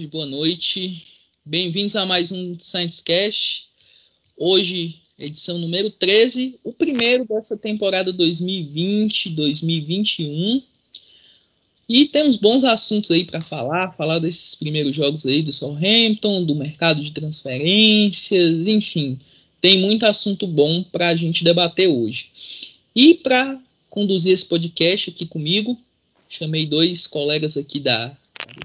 tarde, boa noite. Bem-vindos a mais um ScienceCast. Hoje, edição número 13, o primeiro dessa temporada 2020-2021. E temos bons assuntos aí para falar desses primeiros jogos aí do Southampton, do mercado de transferências, enfim. Tem muito assunto bom para a gente debater hoje. E para conduzir esse podcast aqui comigo, chamei dois colegas aqui da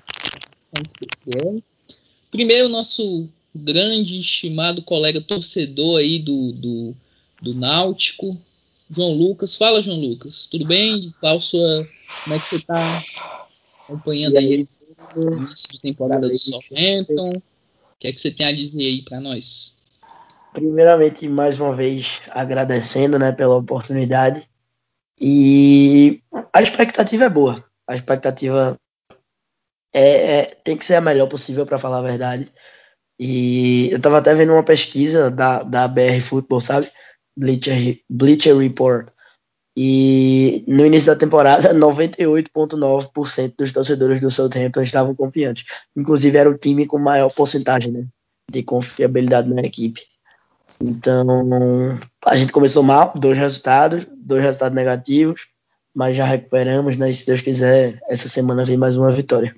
Primeiro, nosso grande, estimado colega torcedor aí do Náutico, João Lucas. Fala, João Lucas. Tudo bem? Como é que você está acompanhando aí esse início de temporada do Southampton? O que é que você tem a dizer aí para nós? Primeiramente, mais uma vez, agradecendo, pela oportunidade. E a expectativa é boa. A expectativa tem que ser a melhor possível, para falar a verdade. E eu estava até vendo uma pesquisa da BR Football, sabe? Bleacher Report. E no início da temporada, 98,9% dos torcedores do Southampton estavam confiantes. Inclusive, era o time com maior porcentagem, de confiabilidade na equipe. Então, a gente começou mal, dois resultados negativos, mas já recuperamos, e se Deus quiser, essa semana vem mais uma vitória.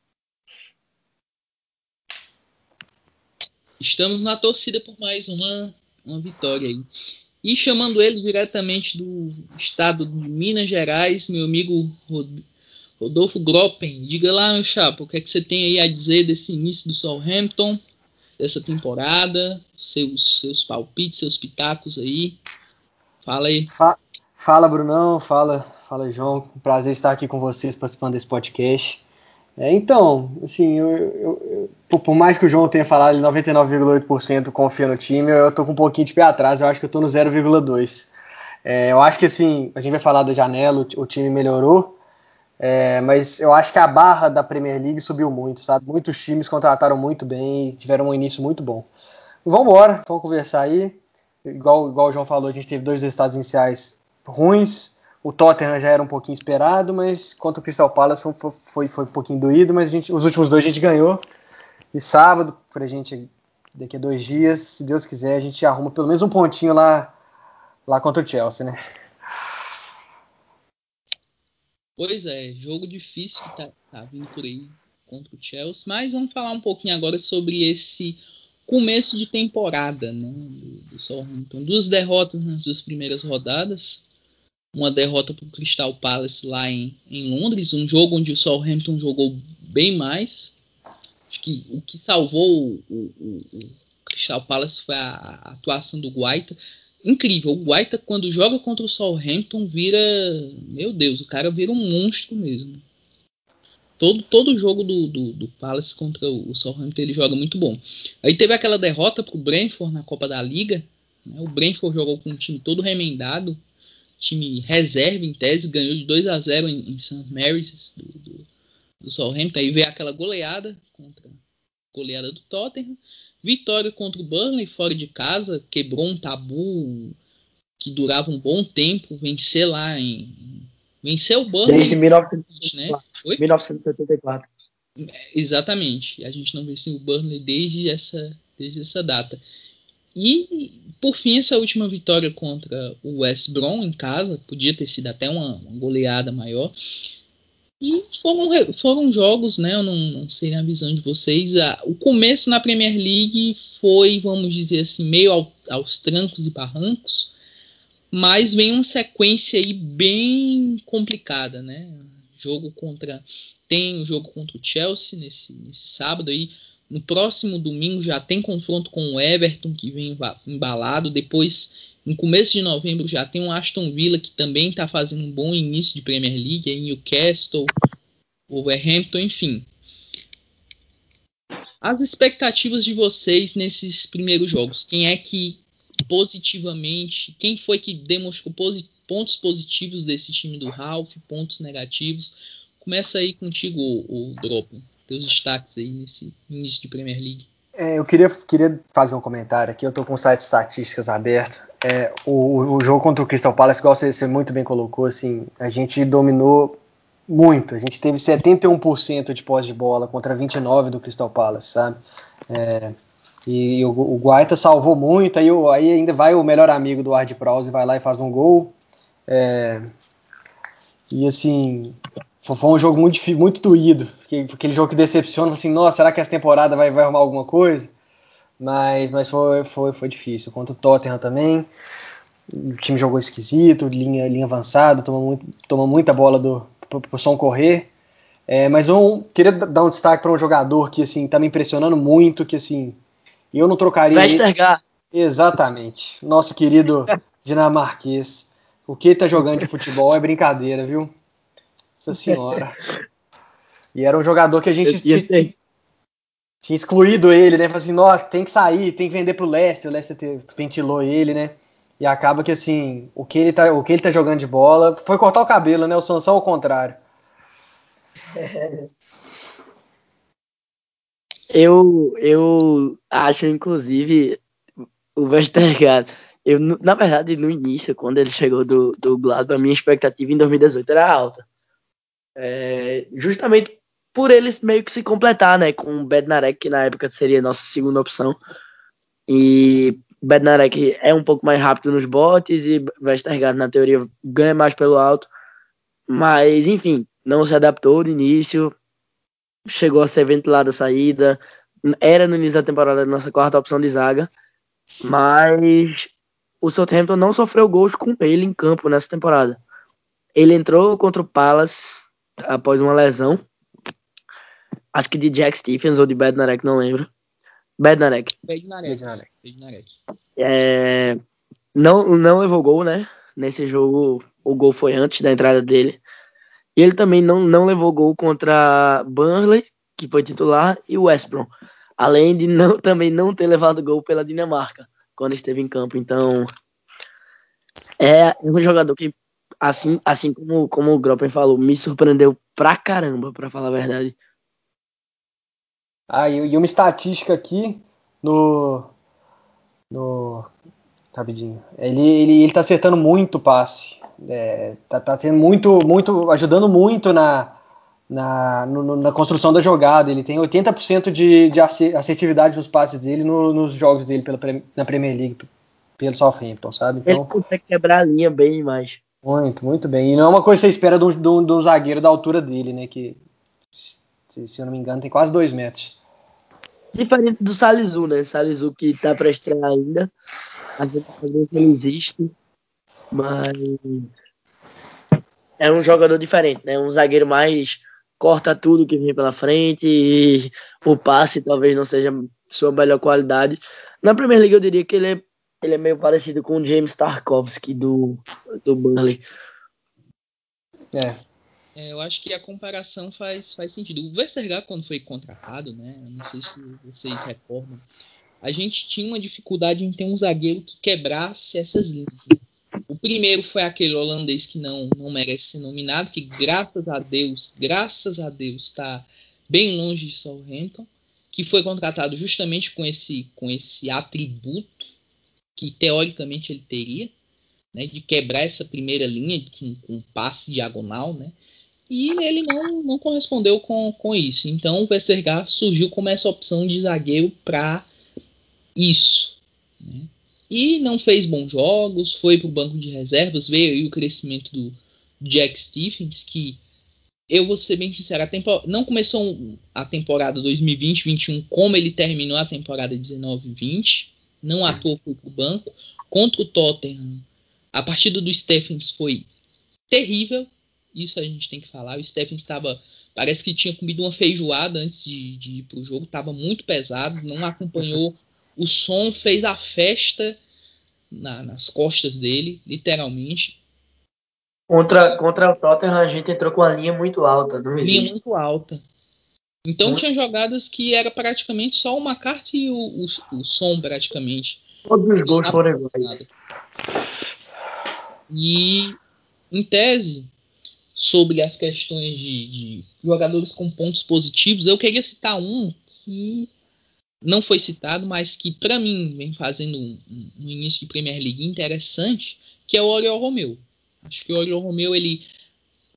Estamos na torcida por mais uma vitória aí. E chamando ele diretamente do estado de Minas Gerais, meu amigo Rodolfo Groppen. Diga lá, meu chapa, o que é que você tem aí a dizer desse início do Southampton, dessa temporada, seus palpites, seus pitacos aí. Fala aí. Fala, Brunão, fala, João. Prazer estar aqui com vocês participando desse podcast. Então, assim, por mais que o João tenha falado, ele 99,8% confia no time, eu tô com um pouquinho de pé atrás, eu acho que eu tô no 0,2%. Eu acho que, assim, a gente vai falar da janela, o time melhorou, mas eu acho que a barra da Premier League subiu muito, sabe? Muitos times contrataram muito bem e tiveram um início muito bom. Vamos conversar aí. Igual o João falou, a gente teve dois resultados iniciais ruins. O Tottenham já era um pouquinho esperado, mas contra o Crystal Palace foi um pouquinho doído, mas os últimos dois a gente ganhou. E sábado, pra gente, daqui a 2 dias, se Deus quiser, a gente arruma pelo menos um pontinho lá contra o Chelsea, né? Pois é, jogo difícil que tá vindo por aí contra o Chelsea, mas vamos falar um pouquinho agora sobre esse começo de temporada, né, do Southampton. 2 derrotas nas 2 primeiras rodadas, uma derrota para o Crystal Palace lá em Londres, um jogo onde o Southampton jogou bem mais. Acho que o que salvou o Crystal Palace foi a atuação do Guaita. Incrível, o Guaita quando joga contra o Southampton vira, meu Deus, o cara vira um monstro mesmo. Todo jogo do Palace contra o Southampton ele joga muito bom. Aí teve aquela derrota pro Brentford na Copa da Liga, né? O Brentford jogou com um time todo remendado, time reserva em tese, ganhou de 2-0 em St. Mary's do Southampton. Aí veio aquela goleada do Tottenham, vitória contra o Burnley fora de casa, quebrou um tabu que durava um bom tempo, venceu o Burnley Desde 1974. né? Oi? 1974. Exatamente. A gente não venceu o Burnley desde essa data. E, por fim, essa última vitória contra o West Brom em casa, podia ter sido até uma goleada maior. E foram jogos, né? Eu não sei na visão de vocês. O começo na Premier League foi, vamos dizer assim, meio aos trancos e barrancos, mas vem uma sequência aí bem complicada, né? Tem o jogo contra o Chelsea nesse sábado aí. No próximo domingo já tem confronto com o Everton, que vem embalado. Depois, no começo de novembro, já tem o Aston Villa, que também está fazendo um bom início de Premier League. Aí Newcastle, Wolverhampton, enfim. As expectativas de vocês nesses primeiros jogos. Quem é que positivamente, quem foi que demonstrou pontos positivos desse time do Ralph, pontos negativos? Começa aí contigo, o Drop. Teus destaques aí nesse início de Premier League. Eu queria fazer um comentário aqui. Eu tô com o site de estatísticas aberto. O jogo contra o Crystal Palace, igual você muito bem colocou, assim, a gente dominou muito. A gente teve 71% de posse de bola contra 29% do Crystal Palace, sabe? E o Guaita salvou muito, aí ainda vai o melhor amigo do Ward-Prowse, vai lá e faz um gol. E assim, foi um jogo muito difícil, muito doído. Aquele jogo que decepciona, assim, nossa, será que essa temporada vai arrumar alguma coisa? Mas foi difícil. Contra o Tottenham também, o time jogou esquisito, linha avançada, toma muita bola pro som correr. Mas eu queria dar um destaque para um jogador que assim tá me impressionando muito, que assim eu não trocaria ele. Vestergaard. Exatamente, nosso querido dinamarquês. O que ele tá jogando de futebol é brincadeira, viu? Nossa senhora. E era um jogador que a gente tinha excluído ele, né? Falei assim, nossa, tem que sair, tem que vender pro Leicester. O Leicester ventilou ele, né? E acaba que assim, o que ele tá jogando de bola foi cortar o cabelo, né? O Sansão ao contrário. Eu acho, inclusive, o Vestergaard. Na verdade, no início, quando ele chegou do Gladbach, a minha expectativa em 2018 era alta. Justamente por eles meio que se completar, né? Com o Bednarek, que na época seria a nossa segunda opção. E Bednarek é um pouco mais rápido nos botes e Vestergaard, na teoria, ganha mais pelo alto. Mas, enfim, não se adaptou no início. Chegou a ser ventilado a saída. Era no início da temporada a nossa quarta opção de zaga. Mas o Southampton não sofreu gols com ele em campo nessa temporada. Ele entrou contra o Palace após uma lesão. Acho que de Jack Stephens ou de Bednarek, não lembro. Bednarek. Bednarek. Não levou gol, né? Nesse jogo, o gol foi antes da entrada dele. E ele também não levou gol contra Burnley, que foi titular, e o West Brom. Além de também não ter levado gol pela Dinamarca, quando esteve em campo. Então, é um jogador que, assim como o Groppen falou, me surpreendeu pra caramba, pra falar a verdade. E uma estatística aqui no rapidinho. Ele tá acertando muito passe. Tá tendo muito, ajudando muito na construção da jogada. Ele tem 80% de assertividade nos passes dele nos jogos dele na Premier League, pelo Southampton, sabe? Ele Então, consegue quebrar a linha bem mais. muito bem. E não é uma coisa que você espera de um zagueiro da altura dele, né? Que, se eu não me engano, tem quase 2 metros. Diferente do Salisu, né? Salisu que tá pra estrear ainda. A gente sabe que ele existe, mas é um jogador diferente, né? Um zagueiro mais corta tudo que vem pela frente e o passe talvez não seja sua melhor qualidade. Na Premier League eu diria que ele é meio parecido com o James Tarkowski do Burnley. Eu acho que a comparação faz sentido. O Vestergaard, quando foi contratado, né? Eu não sei se vocês recordam, a gente tinha uma dificuldade em ter um zagueiro que quebrasse essas linhas. Né? O primeiro foi aquele holandês que não merece ser nominado, que graças a Deus, está bem longe de Southampton, que foi contratado justamente com esse atributo que teoricamente ele teria, né, de quebrar essa primeira linha com passe diagonal, né? E ele não correspondeu com isso. Então o Vestergaard surgiu como essa opção de zagueiro para isso. Né? E não fez bons jogos, foi para o banco de reservas, veio aí o crescimento do Jack Stephens, que eu vou ser bem sincero, não começou a temporada 2020-21 como ele terminou a temporada 19-20, não à toa foi para o banco. Contra o Tottenham, a partida do Stephens foi terrível, isso a gente tem que falar. O Stephens parece que tinha comido uma feijoada antes de ir para o jogo, estava muito pesado, não acompanhou o som, fez a festa nas costas dele, literalmente. Contra o Tottenham a gente entrou com a linha muito alta, não Linha existe. muito alta. Então tinha jogadas que era praticamente só o McCarthy e o som, praticamente. Todos os gols foram iguais. E, em tese, sobre as questões de jogadores com pontos positivos, eu queria citar um que não foi citado, mas que para mim vem fazendo um início de Premier League interessante, que é o Oriol Romeu. Acho que o Oriol Romeu ele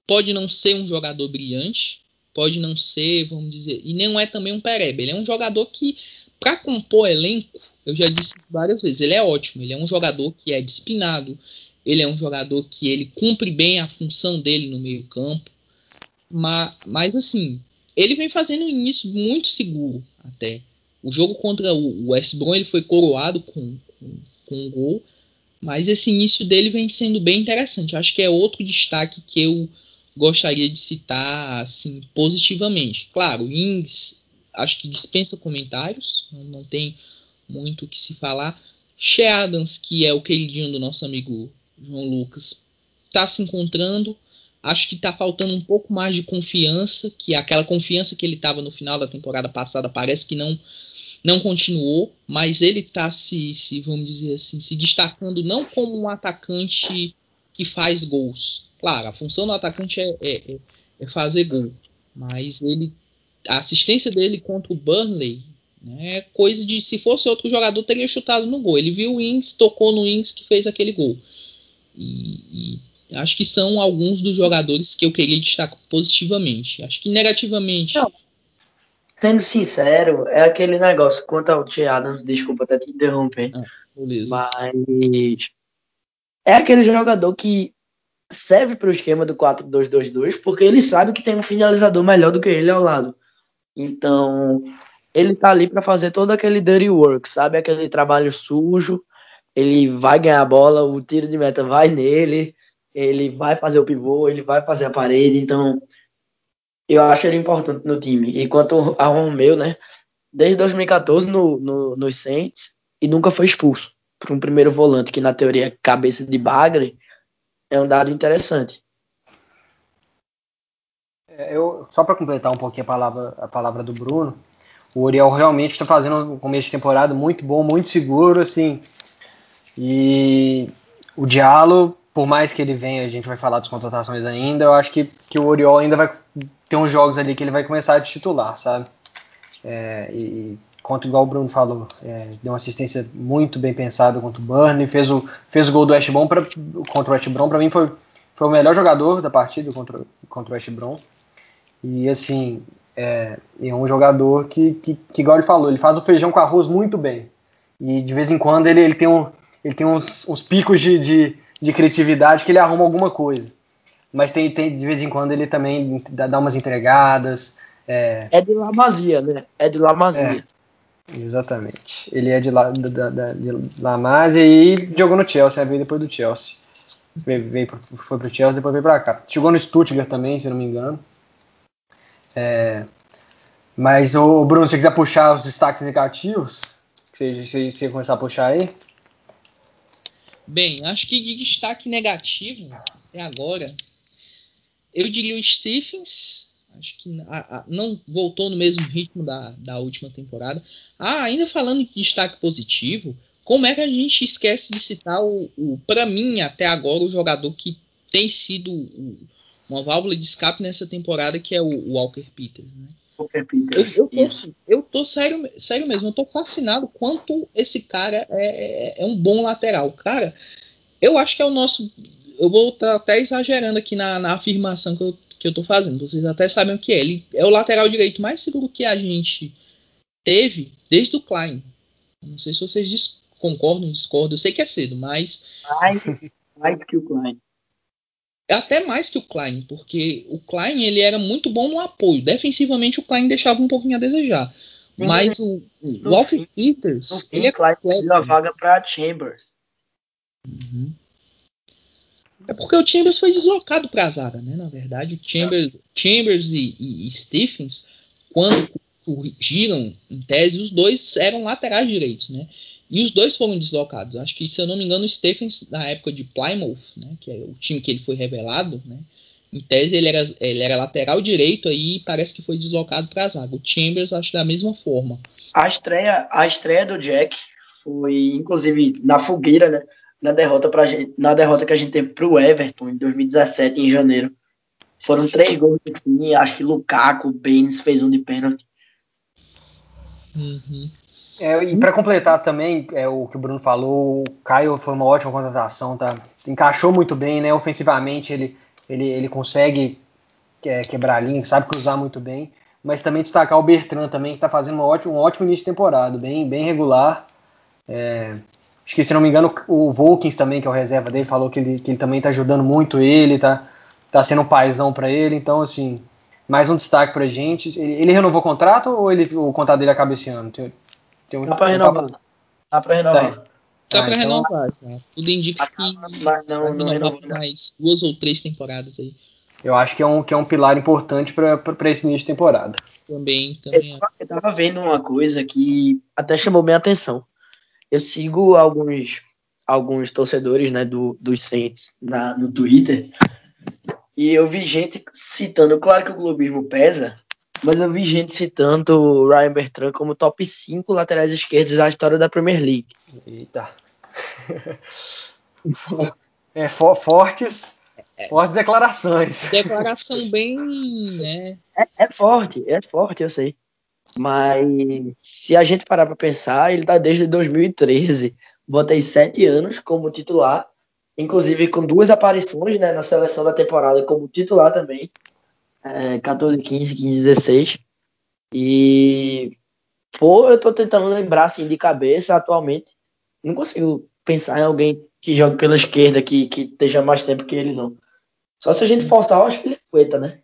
pode não ser um jogador brilhante, pode não ser, vamos dizer, e não é também um pereba. Ele é um jogador que, para compor elenco, eu já disse isso várias vezes, ele é ótimo. Ele é um jogador que é disciplinado, ele é um jogador que ele cumpre bem a função dele no meio campo, mas assim, ele vem fazendo um início muito seguro até. O jogo contra o West Brom ele foi coroado com um gol, mas esse início dele vem sendo bem interessante. Acho que é outro destaque que eu gostaria de citar assim, positivamente. Claro, o Ings acho que dispensa comentários, não tem muito o que se falar. Shea Adams, que é o queridinho do nosso amigo João Lucas, está se encontrando. Acho que está faltando um pouco mais de confiança, que aquela confiança que ele estava no final da temporada passada parece que não continuou, mas ele está vamos dizer assim, se destacando não como um atacante que faz gols. Claro, a função do atacante é fazer gol, mas a assistência dele contra o Burnley, né, é coisa de, se fosse outro jogador teria chutado no gol. Ele viu o Ings, tocou no Ings que fez aquele gol. E acho que são alguns dos jogadores que eu queria destacar positivamente. Acho que negativamente. Não, sendo sincero, é aquele negócio quanto ao Che Adams, desculpa até te interromper, Beleza. mas é aquele jogador que serve para o esquema do 4-2-2-2 porque ele sabe que tem um finalizador melhor do que ele ao lado. Então, ele tá ali para fazer todo aquele dirty work, sabe? Aquele trabalho sujo. Ele vai ganhar a bola, o tiro de meta vai nele, ele vai fazer o pivô, ele vai fazer a parede. Então, eu acho ele importante no time. E quanto ao Romeu, né? Desde 2014 nos Saints e nunca foi expulso. Para um primeiro volante que, na teoria, é cabeça de bagre, é um dado interessante. Só para completar um pouquinho a palavra do Bruno, o Oriol realmente está fazendo um começo de temporada muito bom, muito seguro, assim. E o Diallo, por mais que ele venha, a gente vai falar das contratações ainda, eu acho que o Oriol ainda vai ter uns jogos ali que ele vai começar de titular, sabe? Contra, igual o Bruno falou, deu uma assistência muito bem pensada contra o Burnley, fez o gol do West Brom contra o West Brom, para mim foi o melhor jogador da partida contra o West Brom. E assim, é um jogador que, igual ele falou, ele faz o feijão com arroz muito bem. E de vez em quando ele tem uns picos de criatividade que ele arruma alguma coisa. Mas tem de vez em quando ele também dá umas entregadas. É de La Masia, né? É de La É, Masia. exatamente. Ele é de La Masia e jogou no Chelsea, veio depois do Chelsea. Foi pro Chelsea, depois veio pra cá. Jogou no Stuttgart também, se não me engano. Mas, Bruno, se você quiser puxar os destaques negativos, que você começar a puxar aí. Bem, acho que de destaque negativo até agora, eu diria o Stephens. Acho que não voltou no mesmo ritmo da última temporada. Ainda falando de destaque positivo, como é que a gente esquece de citar para mim, até agora, o jogador que tem sido uma válvula de escape nessa temporada, que é o Walker Peters, né? Walker Peters, isso. Eu tô sério mesmo, eu tô fascinado quanto esse cara é um bom lateral. Cara, eu acho que é o nosso. Eu vou estar até exagerando aqui na afirmação que eu tô fazendo. Vocês até sabem o que é. Ele é o lateral direito mais seguro que a gente teve desde o Klein. Não sei se vocês concordam ou discordam. Eu sei que é cedo, mas Mais que o Klein. é até mais que o Klein, porque o Klein ele era muito bom no apoio. Defensivamente o Klein deixava um pouquinho a desejar. Sim, Mas o no Walker fim, no Peters, ele fim, é Klein perdeu a completo. vaga para Chambers. Uhum. É porque o Chambers foi deslocado para a zaga, né? Na verdade, o Chambers e Stephens, quando surgiram, em tese, os dois eram laterais direitos, né? E os dois foram deslocados. Acho que, se eu não me engano, o Stephens, na época de Plymouth, né? Que é o time que ele foi revelado, né? Em tese, ele era lateral direito, aí parece que foi deslocado para a zaga. O Chambers, acho da mesma forma. A estreia do Jack foi, inclusive, na fogueira, né? Na derrota que a gente teve pro Everton em 2017, em janeiro. Foram 3 gols do time, acho que Lukaku, Baines fez um de pênalti. Uhum. E para completar também, o que o Bruno falou, o Caio foi uma ótima contratação, tá? Encaixou muito bem, né? Ofensivamente, ele ele consegue quebrar a linha, sabe cruzar muito bem, mas também destacar o Bertrand também, que está fazendo um ótimo início de temporada, bem regular. Acho que, se não me engano, o Volkins também, que é o reserva dele, falou que ele também está ajudando muito ele, tá sendo um paizão para ele, então, assim, mais um destaque pra gente. Ele renovou o contrato ou o contrato dele acaba esse ano? Dá pra renovar. Dá pra Tá. renovar. Dá pra Então, renovar, tá? Tudo indica que Mas vai não renovar renovou, por não. mais 2 ou 3 temporadas aí. eu acho que é um pilar importante para esse início de temporada. Também Eu tava vendo uma coisa que até chamou minha atenção. Eu sigo alguns torcedores, né, dos Saints no Twitter, e eu vi gente citando, claro que o clubismo pesa, mas eu vi gente citando o Ryan Bertrand como top 5 laterais esquerdos da história da Premier League. Eita. Fortes declarações. declaração bem, né? É forte, eu sei. Mas se a gente parar para pensar, ele tá desde 2013. Bota aí 7 anos como titular, inclusive com 2 aparições, né, na seleção da temporada como titular também. 14, 15, 15, 16. E, pô, eu tô tentando lembrar assim de cabeça atualmente. Não consigo pensar em alguém que jogue pela esquerda que esteja mais tempo que ele, não. Só se a gente forçar, eu acho que ele aguenta, né?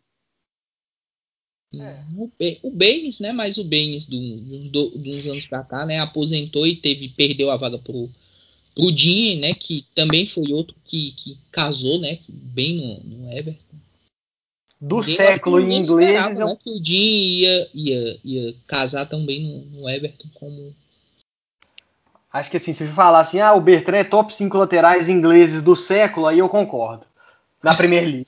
O Baines, né? Mas o Baines de uns anos pra cá, né? Aposentou e perdeu a vaga pro Digne, né? Que também foi outro que casou, né? Bem no Everton. Do Eu acho que século em ninguém ingleses, esperava, né? Que o Digne ia casar tão bem no Everton como. acho que, assim, se você falar assim, o Bertrand é top 5 laterais ingleses do século, aí eu concordo. Na Premier League.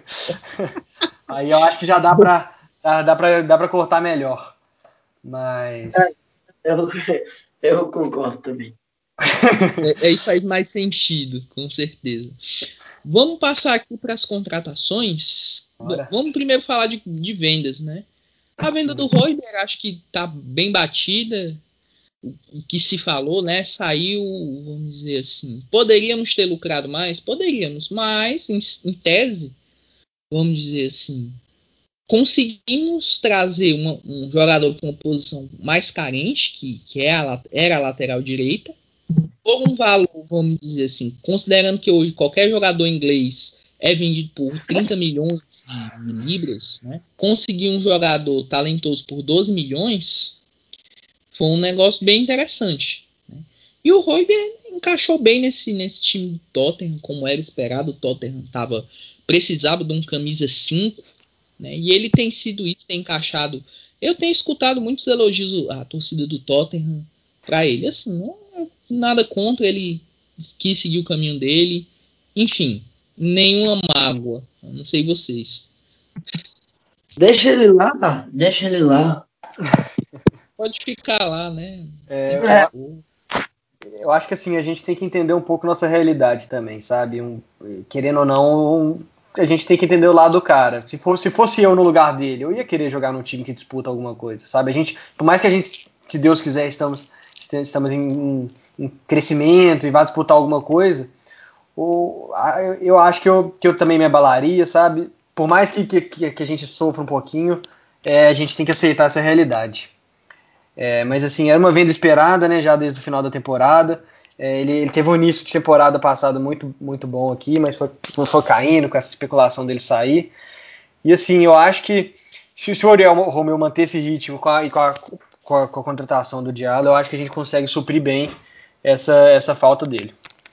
Aí eu acho que já dá pra cortar melhor. Mas. Eu, eu concordo também. Aí faz mais sentido, com certeza. Vamos passar aqui para as contratações. Bom, Bora. vamos primeiro falar de vendas, né? A venda do Royber acho que tá bem batida. O que se falou, né? Saiu, vamos dizer assim. Poderíamos ter lucrado mais? Poderíamos, mas em tese, vamos dizer assim, conseguimos trazer um jogador com uma posição mais carente, que era a lateral direita, por um valor, vamos dizer assim, considerando que hoje qualquer jogador inglês é vendido por 30 milhões de libras, né? Conseguir um jogador talentoso por 12 milhões foi um negócio bem interessante. Né? E o Højbjerg encaixou bem nesse time do Tottenham, como era esperado. O Tottenham precisava de um camisa 5, né? E ele tem sido isso, tem encaixado. Eu tenho escutado muitos elogios à torcida do Tottenham para ele. Assim, não, nada contra, ele quis seguir o caminho dele. Enfim, nenhuma mágoa. Eu não sei vocês. Deixa ele lá, deixa ele lá. Pode ficar lá, né? Tem É, Eu acho que, assim, a gente tem que entender um pouco nossa realidade também, sabe? Querendo ou não, a gente tem que entender o lado do cara. Se fosse eu no lugar dele, eu ia querer jogar num time que disputa alguma coisa, sabe? Por mais que a gente, se Deus quiser, estamos em crescimento e vá disputar alguma coisa, eu acho que eu também me abalaria, sabe? Por mais que a gente sofra um pouquinho, a gente tem que aceitar essa realidade. Mas, assim, era uma venda esperada, né, já desde o final da temporada. Ele teve um início de temporada passada muito, muito bom aqui, mas foi caindo com essa especulação dele sair. E, assim, eu acho que se o Oriol Romeu manter esse ritmo com a contratação do Diallo, eu acho que a gente consegue suprir bem essa falta dele.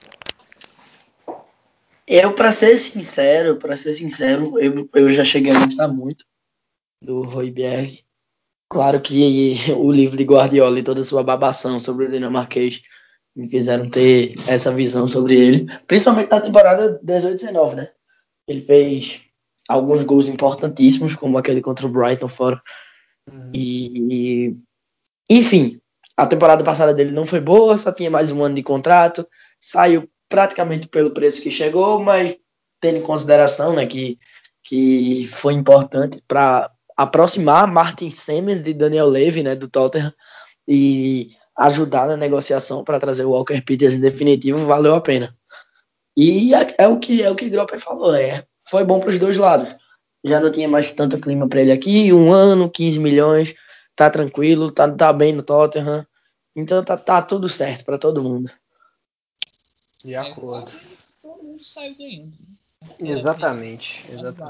para ser sincero, eu já cheguei a gostar muito do Højbjerg. Claro que o livro de Guardiola e toda a sua babação sobre o dinamarquês me fizeram ter essa visão sobre ele, principalmente na temporada 18-19, né? Ele fez alguns gols importantíssimos, como aquele contra o Brighton fora. E, enfim, a temporada passada dele não foi boa, só tinha mais um ano de contrato, saiu praticamente pelo preço que chegou, mas tendo em consideração, né, que foi importante para aproximar Martin Semmens de Daniel Levy, né, do Tottenham, e ajudar na negociação para trazer o Walker Peters em definitivo, valeu a pena. E é o que Gropper falou, né? foi bom para os dois lados. Já não tinha mais tanto clima para ele aqui, 1 ano, 15 milhões, tá tranquilo, tá bem no Tottenham. Então tá tudo certo para todo mundo. De acordo. Todo mundo saiu ganhando. Né? Exatamente.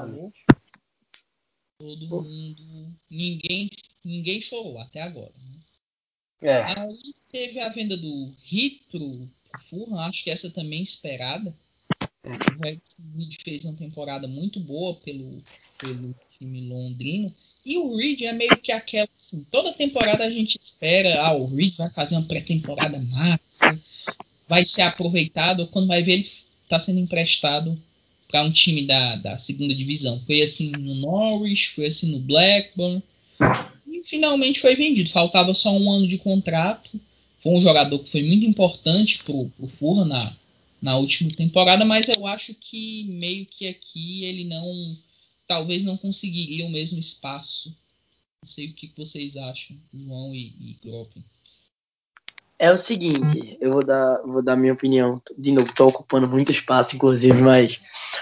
Todo mundo. Ninguém chorou até agora. Né? É. Aí teve a venda do Heat pro Fulham, acho que essa também é esperada. O Rex Reed fez uma temporada muito boa pelo time londrino. E o Reed é meio que aquela assim, toda temporada a gente espera, o Reed vai fazer uma pré-temporada massa, vai ser aproveitado, quando vai ver ele está sendo emprestado para um time da segunda divisão. Foi assim no Norwich, foi assim no Blackburn, e finalmente foi vendido. Faltava só 1 ano de contrato. Foi um jogador que foi muito importante pro Fulham na última temporada, mas eu acho que meio que aqui ele talvez não conseguiria o mesmo espaço. Não sei o que vocês acham, João e Groppen. É o seguinte, eu vou dar minha opinião. De novo, tô ocupando muito espaço, inclusive, mas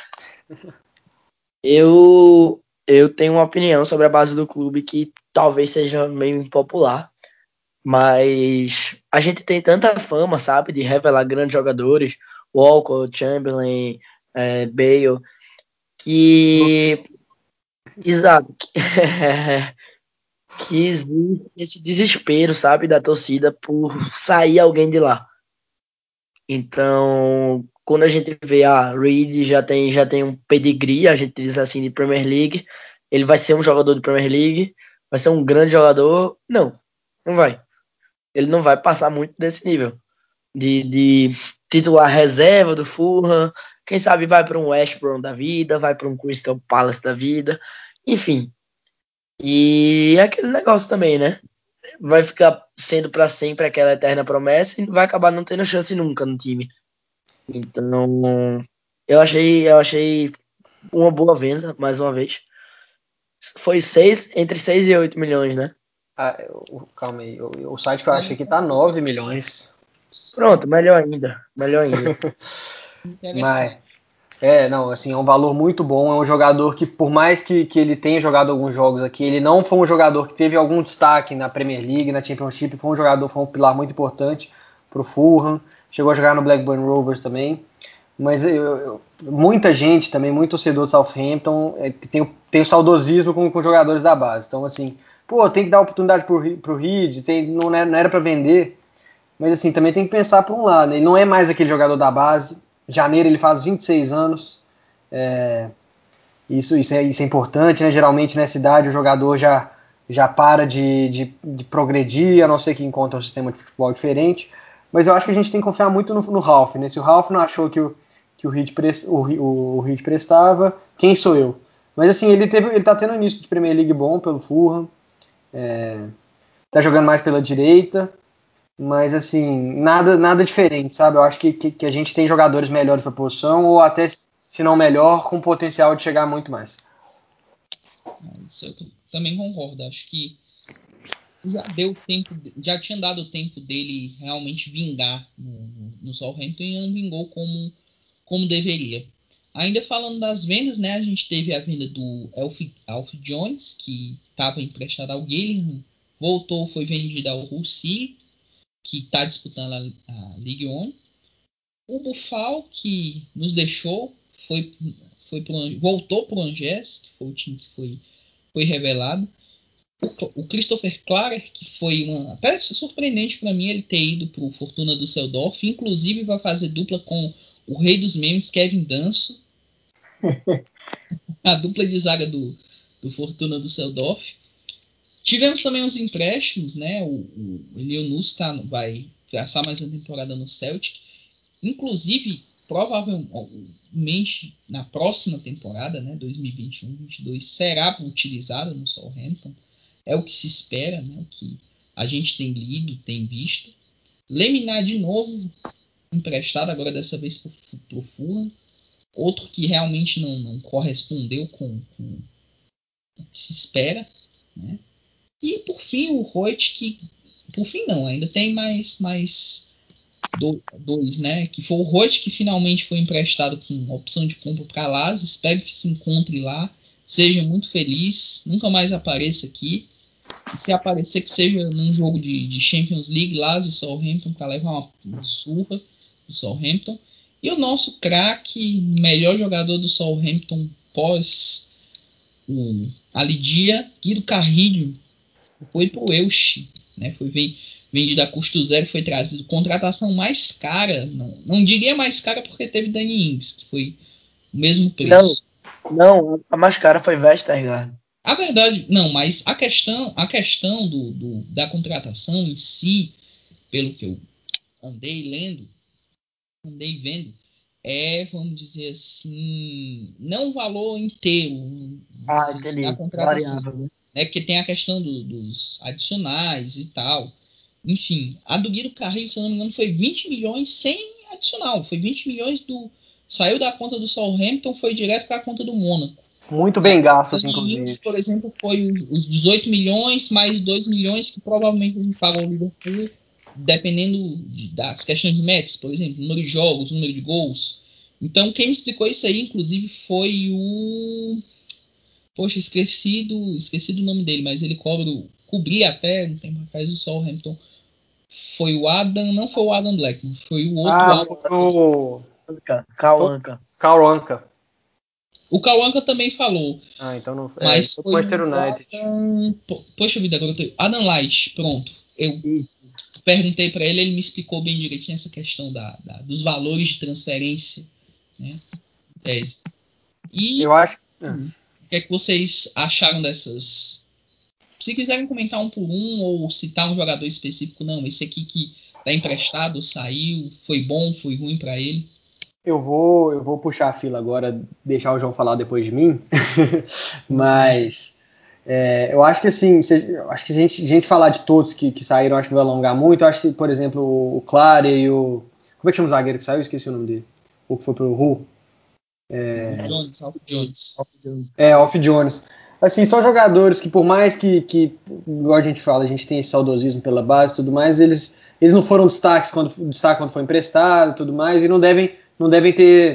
eu tenho uma opinião sobre a base do clube que talvez seja meio impopular, mas a gente tem tanta fama, sabe, de revelar grandes jogadores, Walcott, Chamberlain, Bale, que exato, que existe esse desespero, sabe, da torcida por sair alguém de lá. Então, quando a gente vê a Reed já tem um pedigree, a gente diz assim, de Premier League, ele vai ser um jogador de Premier League, vai ser um grande jogador. Não vai. Ele não vai passar muito desse nível de titular reserva do Fulham. Quem sabe vai para um West Brom da vida, vai para um Crystal Palace da vida, enfim. E é aquele negócio também, né? Vai ficar sendo para sempre aquela eterna promessa e vai acabar não tendo chance nunca no time. Então, eu achei uma boa venda, mais uma vez. Foi entre 6 e 8 milhões, né? Calma aí. O site que eu achei aqui tá 9 milhões. Pronto, melhor ainda. Melhor ainda. Mas, Interessante. não, assim, é um valor muito bom. É um jogador que, por mais que ele tenha jogado alguns jogos aqui, ele não foi um jogador que teve algum destaque na Premier League, na Championship. Foi um pilar muito importante pro Fulham. Chegou a jogar no Blackburn Rovers também. Mas muita gente também, muito torcedor do Southampton, tem o saudosismo com jogadores da base. Então, assim, tem que dar oportunidade pro Reed, não era para vender. Mas, assim, também tem que pensar por um lado. Né? Ele não é mais aquele jogador da base. Em janeiro ele faz 26 anos. Isso é importante, né? Geralmente nessa idade o jogador já para de progredir, a não ser que encontre um sistema de futebol diferente. Mas eu acho que a gente tem que confiar muito no Ralf. Né? Se o Ralf não achou que o Reed prestava, quem sou eu? Mas assim, ele tá tendo um início de Premier League bom pelo Fulham. Tá jogando mais pela direita. Mas assim, nada diferente, sabe? Eu acho que a gente tem jogadores melhores para a posição, ou até, se não melhor, com potencial de chegar muito mais. Isso eu também concordo. Acho que já deu tempo, já tinha dado o tempo dele realmente vingar no Southampton e não vingou como deveria. Ainda falando das vendas, né? A gente teve a venda do Alf Jones, que estava emprestado ao Guilherme, voltou, foi vendido ao Hull City, que está disputando a Ligue 1. O Buffal, que nos deixou, voltou para o Angers, que foi o time que foi revelado. O Christopher Clark, que foi até surpreendente para mim ele ter ido para o Fortuna Düsseldorf, inclusive vai fazer dupla com o rei dos memes, Kevin Danso, a dupla de zaga do Fortuna Düsseldorf. Tivemos também os empréstimos, né? O Neil Nuss vai passar mais uma temporada no Celtic. Inclusive, provavelmente na próxima temporada, né, 2021-22, será utilizado no Southampton. É o que se espera, né, o que a gente tem lido, tem visto. Leminar de novo, emprestado agora dessa vez para o Fulham. Outro que realmente não correspondeu com o que se espera. Né? E por fim o Reut, que por fim não, ainda tem mais dois, né? Que foi o Roth, que finalmente foi emprestado com opção de compra para Lazio. Espero que se encontre lá. Seja muito feliz. Nunca mais apareça aqui. E se aparecer, que seja num jogo de Champions League, Lazio e Southampton, para levar uma surra do Southampton. E o nosso craque, melhor jogador do Southampton pós a Lidia, Guido Carrilho, foi pro Elche, né? Foi vendido a custo zero, foi trazido. Contratação mais cara, não diria mais cara porque teve Dani Ings, que foi o mesmo Não, preço. não, a mais cara foi Vestergaard. A verdade, não, mas a questão da contratação em si, pelo que eu andei lendo, andei vendo, vamos dizer assim, não o valor inteiro, vamos Ah, dizer assim, da entendi. contratação, Variável, né? né? Porque tem a questão dos adicionais e tal. Enfim, a do Guido Carrilho, se eu não me engano, foi 20 milhões sem adicional. Foi 20 milhões saiu da conta do Southampton, foi direto para a conta do Mônaco. Muito Né? bem gastos, Dani Ings, inclusive. por exemplo, foi os 18 milhões mais 2 milhões que provavelmente a gente pagou ao Liverpool, dependendo das questões de métricas, por exemplo, número de jogos, número de gols. Então, quem explicou isso aí, inclusive, foi o. Poxa, esqueci do nome dele, mas ele cobria até um tempo atrás o Southampton. Foi o Adam, não foi o Adam Blackman, foi o outro Ah, Adam. foi o Cauanca. Karl Anka. O Kawanka também falou. Ah, então não ele Mas foi pro foi Manchester o United. Adam. Poxa vida, agora eu tô. Adam Light, pronto. Eu Isso. perguntei para ele me explicou bem direitinho essa questão dos valores de transferência. Né? Eu E acho. o que é que vocês acharam dessas? Se quiserem comentar um por um ou citar um jogador específico, não, esse aqui que tá emprestado, saiu, foi bom, foi ruim para ele. Eu vou puxar a fila agora, deixar o João falar depois de mim. Mas eu acho que assim, acho que se a gente falar de todos que saíram, acho que vai alongar muito. Eu acho que, por exemplo, o Clare e o. Como é que chama o zagueiro que saiu? Esqueci o nome dele. O que foi pro Hull. Alf Jones. Off Jones. Assim, são jogadores que, por mais igual a gente fala, a gente tem esse saudosismo pela base e tudo mais, eles não foram destaque quando foi emprestado e tudo mais, e não devem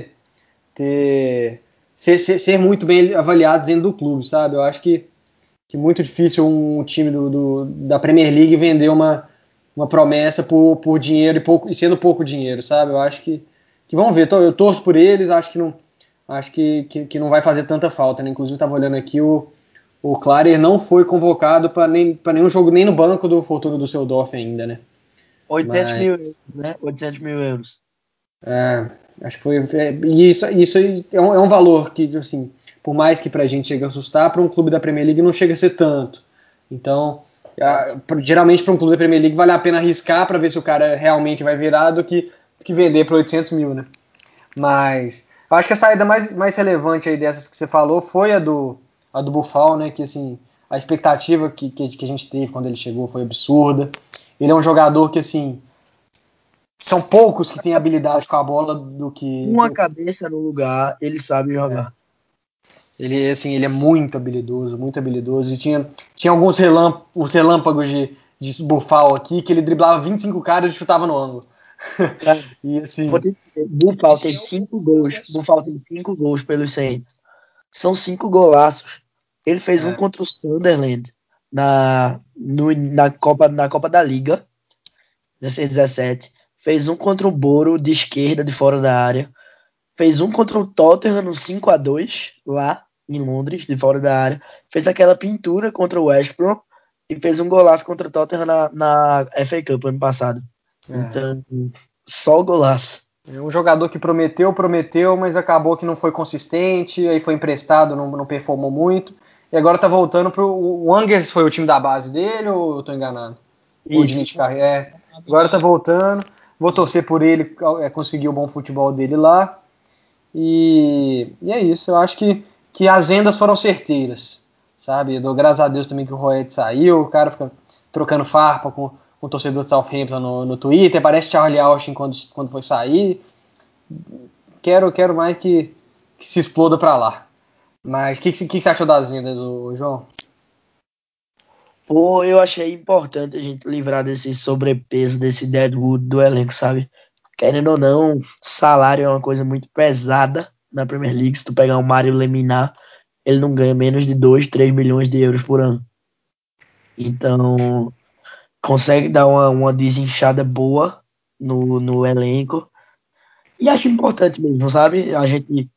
ser muito bem avaliados dentro do clube, sabe? Eu acho que muito difícil um time da Premier League vender uma promessa por dinheiro e sendo pouco dinheiro, sabe? Eu acho que vamos ver, eu torço por eles, acho que não vai fazer tanta falta, né? Inclusive, estava olhando aqui, o Klárer não foi convocado para nenhum jogo, nem no banco do Fortuna Düsseldorf ainda, né? 800 Mas mil euros, né? 800 mil euros. acho que foi. E isso aí é um valor que, assim, por mais que pra gente chegue a assustar, para um clube da Premier League não chega a ser tanto. Então, geralmente para um clube da Premier League vale a pena arriscar para ver se o cara realmente vai virar do que vender por 800 mil, né? Mas eu acho que a saída mais relevante aí dessas que você falou foi a do Buffal, né? Que assim, a expectativa que a gente teve quando ele chegou foi absurda. Ele é um jogador que, assim, são poucos que têm habilidade com a bola do que. Uma cabeça no lugar, ele sabe jogar. Ele, assim, ele é muito habilidoso, muito habilidoso. E tinha alguns relâmpagos de Buffal aqui que ele driblava 25 caras e chutava no ângulo. Cara, E assim, Buffal Esse tem é o 5 Rafael gols. West. Buffal tem 5 gols pelos Saints. São 5 golaços. Ele fez um é, contra o Sunderland na Copa da Liga, 16-17. Fez um contra o Boro de esquerda, de fora da área. Fez um contra o Tottenham no 5-2 lá em Londres, de fora da área. Fez aquela pintura contra o West Brom e fez um golaço contra o Tottenham na FA Cup ano passado. é, Então, só golaço. é um jogador que prometeu, mas acabou que não foi consistente, aí foi emprestado, não performou muito. E agora tá voltando pro. O Angers foi o time da base dele ou eu tô enganado? Ou o Isso. Diniz Carreira? Agora tá voltando. Vou torcer por ele conseguir o bom futebol dele lá. E é isso, eu acho que as vendas foram certeiras, sabe? Eu dou graças a Deus também que o Roet saiu, o cara fica trocando farpa com o torcedor de Southampton no Twitter, parece Charlie Austin quando foi sair. Quero mais que se exploda pra lá. Mas o que você achou das vendas, João? Pô, eu achei importante a gente livrar desse sobrepeso, desse deadwood do elenco, sabe? Querendo ou não, salário é uma coisa muito pesada na Premier League. Se tu pegar o Mário Leminar, ele não ganha menos de 2, 3 milhões de euros por ano. Então, consegue dar uma desinchada boa no elenco. E acho importante mesmo, sabe? A gente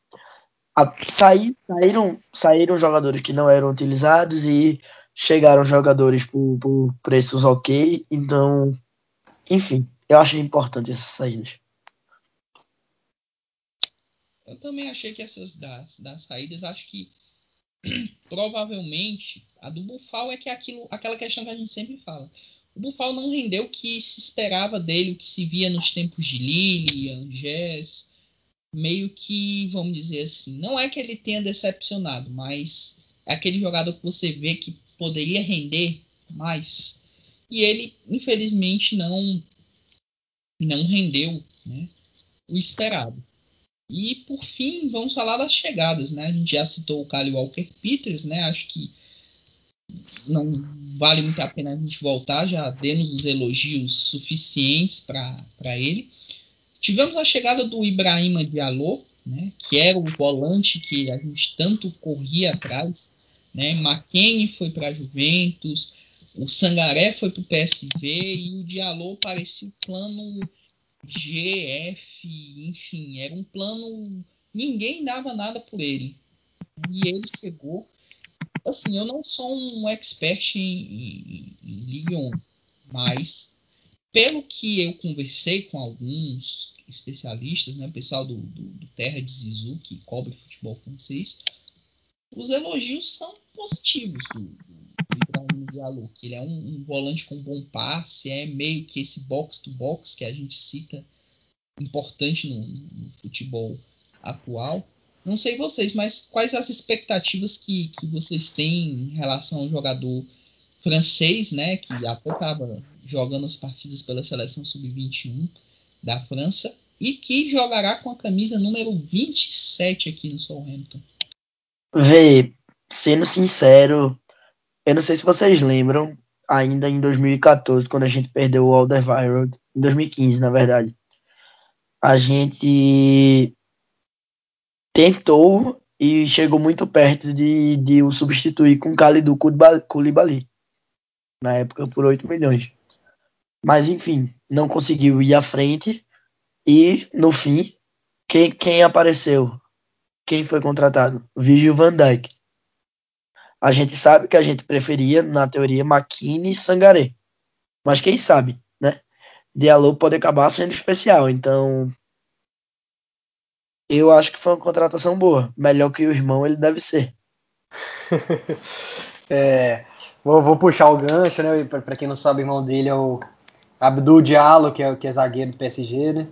saíram jogadores que não eram utilizados e chegaram jogadores por preços ok. Então, enfim, eu achei importante essas saídas. Eu também achei que essas das saídas, acho que provavelmente a do Buffal é que é aquela questão que a gente sempre fala. O Buffal não rendeu o que se esperava dele, o que se via nos tempos de Lille, Angers, meio que, vamos dizer assim, não é que ele tenha decepcionado, mas é aquele jogador que você vê que poderia render mais. E ele, infelizmente, não rendeu, né, o esperado. E por fim, vamos falar das chegadas, né? A gente já citou o Kyle Walker-Peters, né? Acho que não vale muito a pena a gente voltar, já demos os elogios suficientes para ele. Tivemos a chegada do Ibrahima Diallo, né? Que era o volante que a gente tanto corria atrás, né? McKennie foi para a Juventus, o Sangaré foi para o PSV e o Diallo parecia o plano GF, enfim, era um plano. Ninguém dava nada por ele. E ele chegou. Assim, eu não sou um expert em Ligue 1, mas pelo que eu conversei com alguns especialistas, né, o pessoal do Terra de Zizou, que cobre futebol francês, os elogios são positivos do Ibrahim Diallo, que ele é um volante com bom passe, é meio que esse box-to-box que a gente cita importante no futebol atual. Não sei vocês, mas quais as expectativas que vocês têm em relação ao jogador francês, né, que até estava jogando as partidas pela seleção sub-21 da França e que jogará com a camisa número 27 aqui no Southampton. Vê, sendo sincero, eu não sei se vocês lembram, ainda em 2014, quando a gente perdeu o Alderweireld, em 2015, na verdade, a gente tentou e chegou muito perto de o substituir com Kalidou Koulibaly, na época por 8 milhões. Mas enfim, não conseguiu ir à frente e no fim, quem apareceu? Quem foi contratado? Virgil van Dijk. A gente sabe que a gente preferia, na teoria, McKennie e Sangaré. Mas quem sabe, né? Diallo pode acabar sendo especial. Então, eu acho que foi uma contratação boa. Melhor que o irmão ele deve ser. Vou puxar o gancho, né? Pra quem não sabe, o irmão dele é o Abdul Diallo, que é zagueiro do PSG, né?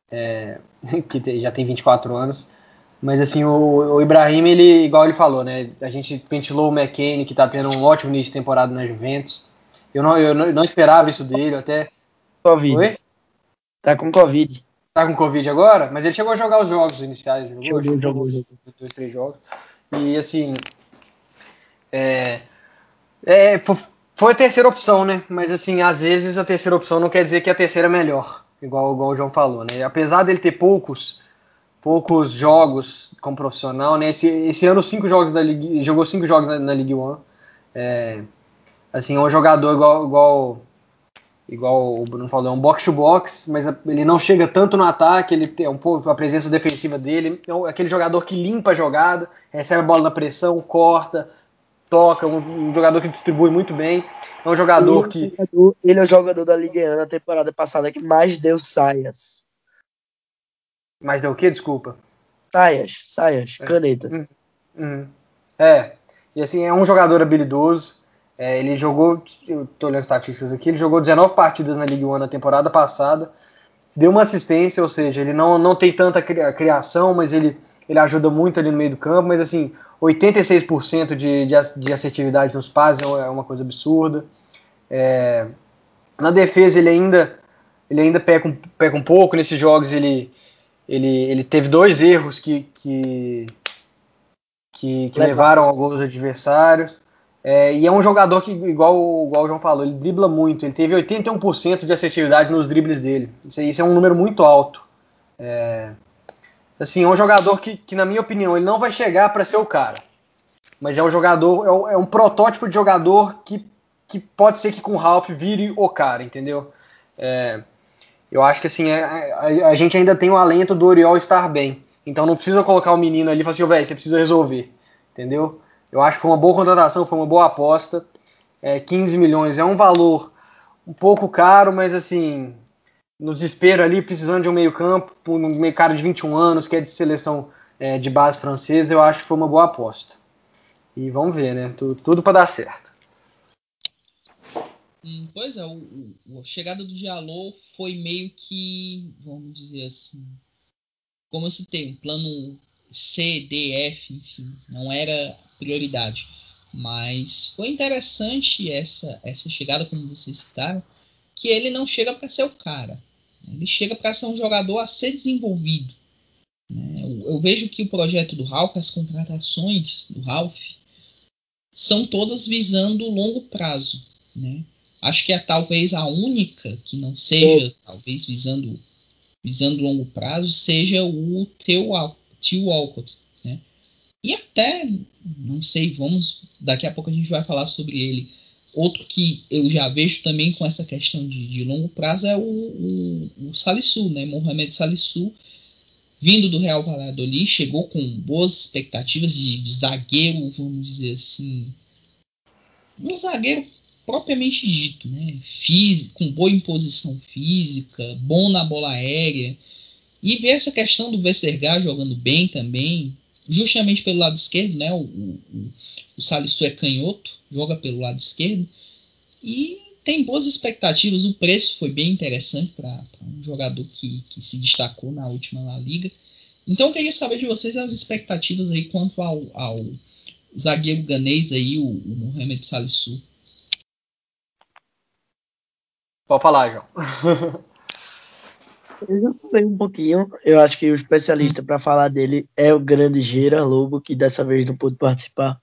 Já tem 24 anos. Mas assim, o Ibrahim, ele, igual ele falou, né? A gente ventilou o McKennie, que tá tendo um ótimo início de temporada na Juventus. Eu não esperava isso dele, até. Covid. Oi? Tá com Covid. Tá com Covid agora? Mas ele chegou a jogar os jogos iniciais, jogou? Acho que Jogou, ele jogou jogou, uns jogou. 2, 3 jogos. E assim, é, é, foi a terceira opção, né? Mas assim, às vezes a terceira opção não quer dizer que a terceira é melhor, igual o João falou, né? Apesar dele ter poucos jogos como profissional, né? Esse ano 5 jogos da Ligue, jogou 5 jogos na Ligue 1. É, assim, é um jogador igual o Bruno falou, é um box to box, mas ele não chega tanto no ataque, ele tem um pouco a presença defensiva dele, é aquele jogador que limpa a jogada, recebe a bola na pressão, corta, toca, um jogador que distribui muito bem, é um jogador que... Ele é o jogador da Liga 1 na temporada passada que mais deu saias. Mas deu o quê? Desculpa. Saias, canetas. Uhum. É, e assim, é um jogador habilidoso. Ele jogou, eu tô olhando estatísticas aqui, ele jogou 19 partidas na Ligue 1 na temporada passada, deu uma assistência, ou seja, ele não tem tanta criação, mas ele ajuda muito ali no meio do campo, mas assim, 86% de assertividade nos passes é uma coisa absurda. Na defesa ele ainda peca um pouco, nesses jogos ele teve 2 erros que Levar. levaram a gols adversários. E é um jogador que, igual o João falou, ele dribla muito. Ele teve 81% de assertividade nos dribles dele. Isso é um número muito alto. Assim, é um jogador que, na minha opinião, ele não vai chegar para ser o cara. Mas é um jogador, é um protótipo de jogador que pode ser que com o Ralf vire o cara, entendeu? Eu acho que assim, a gente ainda tem o alento do Oriol estar bem. Então não precisa colocar o menino ali e falar assim, velho, você precisa resolver. Entendeu? Eu acho que foi uma boa contratação, foi uma boa aposta. 15 milhões é um valor um pouco caro, mas assim, no desespero ali, precisando de um meio campo, um meio cara de 21 anos, que é de seleção de base francesa, eu acho que foi uma boa aposta. E vamos ver, né? Tudo para dar certo. Pois é, a chegada do Diallo foi meio que, vamos dizer assim, como eu citei, um plano C, D, F, enfim, não era prioridade. Mas foi interessante essa chegada, como vocês citaram, que ele não chega para ser o cara. Ele chega para ser um jogador a ser desenvolvido. Né? Eu vejo que o projeto do Ralf, as contratações do Ralf, são todas visando o longo prazo. Né? Acho que é talvez a única que não seja, talvez visando longo prazo, seja o Theo Walcott. Né? E até, não sei, daqui a pouco a gente vai falar sobre ele. Outro que eu já vejo também com essa questão de longo prazo é o Salisu, né? Mohamed Salisu, vindo do Real Valladolid, chegou com boas expectativas de zagueiro, vamos dizer assim, um zagueiro propriamente dito, né? Com boa imposição física, bom na bola aérea. E ver essa questão do Vestergaard jogando bem também, justamente pelo lado esquerdo, né? O Salisu é canhoto, joga pelo lado esquerdo. E tem boas expectativas. O preço foi bem interessante para um jogador que se destacou na última La Liga. Então eu queria saber de vocês as expectativas aí quanto ao zagueiro ganês aí, o Mohamed Salisu. Pode falar, João. Eu já falei um pouquinho. Eu acho que o especialista para falar dele é o grande Gera Lobo, que dessa vez não pôde participar.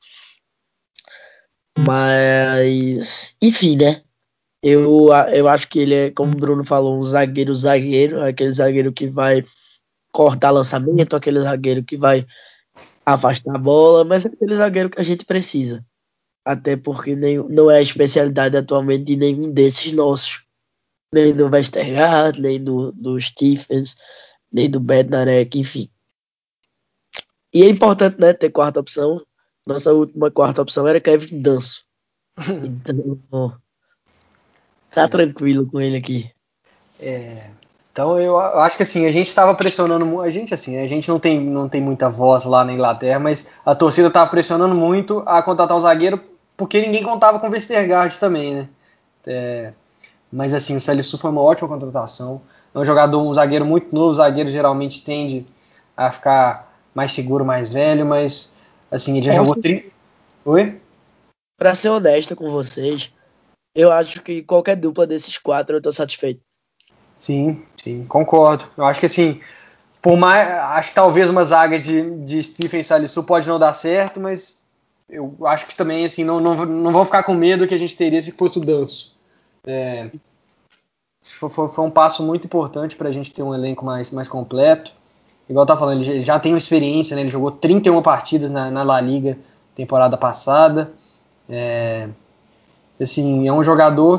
Mas, enfim, né? Eu acho que ele é, como o Bruno falou, um zagueiro, aquele zagueiro que vai cortar lançamento, aquele zagueiro que vai afastar a bola, mas é aquele zagueiro que a gente precisa. Até porque não é a especialidade atualmente de nenhum desses nossos. Nem do Vestergaard, nem do Stephens, nem do Bednarek, enfim. E é importante, né, ter quarta opção. Nossa última quarta opção era Kevin Danso. Então, tá tranquilo com ele aqui. Então eu acho que assim, a gente estava pressionando, a gente não tem muita voz lá na Inglaterra, mas a torcida estava pressionando muito a contratar um zagueiro porque ninguém contava com o Vestergaard também, né? Mas assim, o Salisu foi uma ótima contratação. É um zagueiro muito novo, o zagueiro geralmente tende a ficar mais seguro, mais velho, mas assim, ele já jogou Oi? Pra ser honesto com vocês, eu acho que qualquer dupla desses quatro eu tô satisfeito. Sim, sim, concordo. Eu acho que assim, por mais. Acho que talvez uma zaga de Stephen e Salisu pode não dar certo, mas eu acho que também assim, não vão ficar com medo que a gente teria se fosse o Danço. Foi um passo muito importante para a gente ter um elenco mais completo. Igual eu tava falando, ele já tem uma experiência, né? Ele jogou 31 partidas na La Liga temporada passada. Assim, é um jogador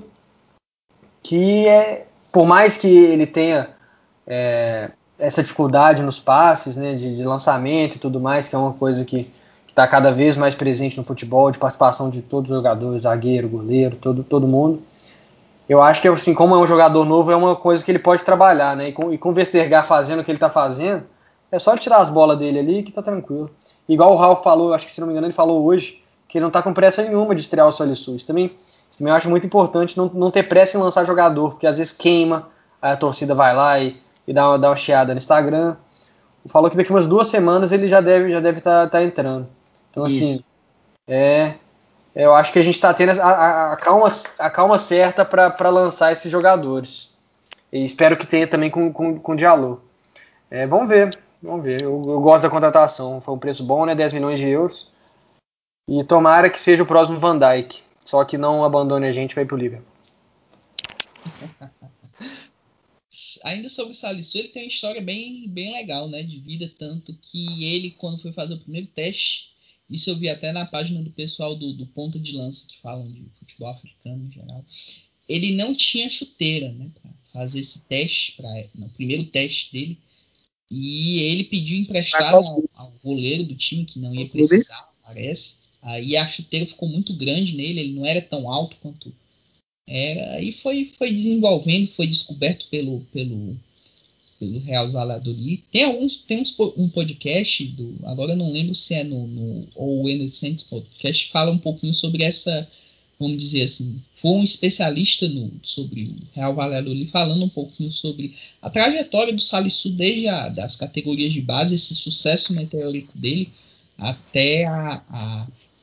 que por mais que ele tenha essa dificuldade nos passes, né, de lançamento e tudo mais, que é uma coisa que está cada vez mais presente no futebol, de participação de todos os jogadores, zagueiro, goleiro, todo mundo. Eu acho que, assim, como é um jogador novo, é uma coisa que ele pode trabalhar, né? E com o Vestergaard fazendo o que ele está fazendo, é só ele tirar as bolas dele ali que tá tranquilo. Igual o Ralf falou, acho que se não me engano, ele falou hoje que ele não tá com pressa nenhuma de estrear o Salisu. Isso também eu acho muito importante não ter pressa em lançar jogador, porque às vezes queima, aí a torcida vai lá e dá uma chiada no Instagram. Falou que daqui umas 2 semanas ele já deve tá entrando. Então, assim, Isso. eu acho que a gente está tendo a calma certa para lançar esses jogadores. E espero que tenha também com o Diallo. Vamos ver. Eu gosto da contratação. Foi um preço bom, né? 10 milhões de euros. E tomara que seja o próximo Van Dijk. Só que não abandone a gente para ir pro Liverpool. Ainda sobre o Salisu, ele tem uma história bem legal, né, de vida, tanto que ele, quando foi fazer o primeiro teste, isso eu vi até na página do pessoal do Ponta de Lança, que falam de futebol africano em geral, ele não tinha chuteira, né, para fazer esse teste, no primeiro teste dele, e ele pediu emprestado ao goleiro do time, que não ia precisar, parece, aí a chuteira ficou muito grande nele, ele não era tão alto quanto era, e foi desenvolvendo, foi descoberto pelo Real Valladolid. Tem um podcast, agora eu não lembro se é no ou o Innocentes Podcast, que fala um pouquinho sobre essa, vamos dizer assim, foi um especialista sobre o Real Valladolid, falando um pouquinho sobre a trajetória do Salisu desde das categorias de base, esse sucesso meteórico dele, até a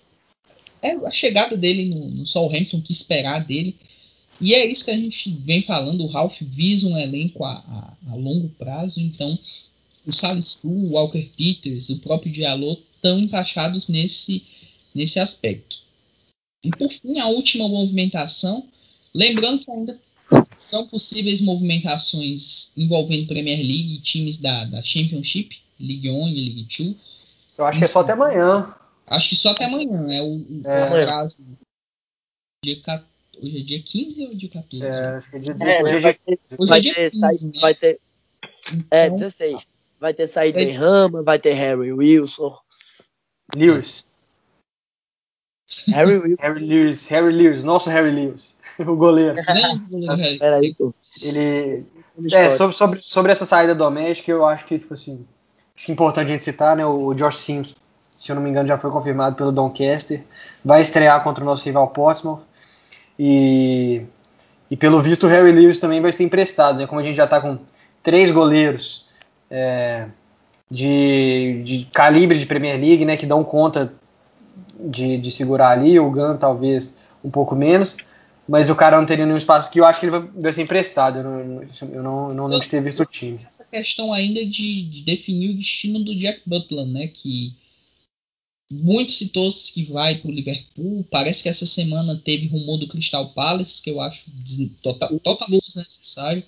chegada dele no Southampton, o que esperar dele. E é isso que a gente vem falando, o Ralph visa um elenco a longo prazo, então o Salisu, o Walker Peters, o próprio Diallo estão encaixados nesse aspecto. E por fim, a última movimentação, lembrando que ainda são possíveis movimentações envolvendo Premier League e times da Championship, League 1 e League 2. Eu acho que é só até amanhã. Acho que só até amanhã, é o prazo. Hoje é dia 15 ou dia 14? Acho que é dia 16. Hoje é dia 15, né? Vai ter, então, 16. Vai ter saído Benrahma, vai ter Harry Wilson. Lewis. Harry Wilson. Harry Lewis, nosso Harry Lewis, o goleiro. Grande goleiro Harry. Peraí, pô. Ele. Sobre essa saída doméstica, eu acho que, tipo assim, acho que é importante a gente citar, né? O Josh Simpson, se eu não me engano, já foi confirmado pelo Doncaster, vai estrear contra o nosso rival Portsmouth. E pelo visto o Harry Lewis também vai ser emprestado, né? Como a gente já está com 3 goleiros de calibre de Premier League, né? Que dão conta de segurar ali, o Gunn talvez um pouco menos, mas o cara não teria nenhum espaço que eu acho que ele vai ser emprestado. Eu não lembro de ter visto o time. Essa questão ainda de definir o destino do Jack Butland, né? Que muito citou-se que vai para o Liverpool. Parece que essa semana teve rumor do Crystal Palace, que eu acho totalmente desnecessário.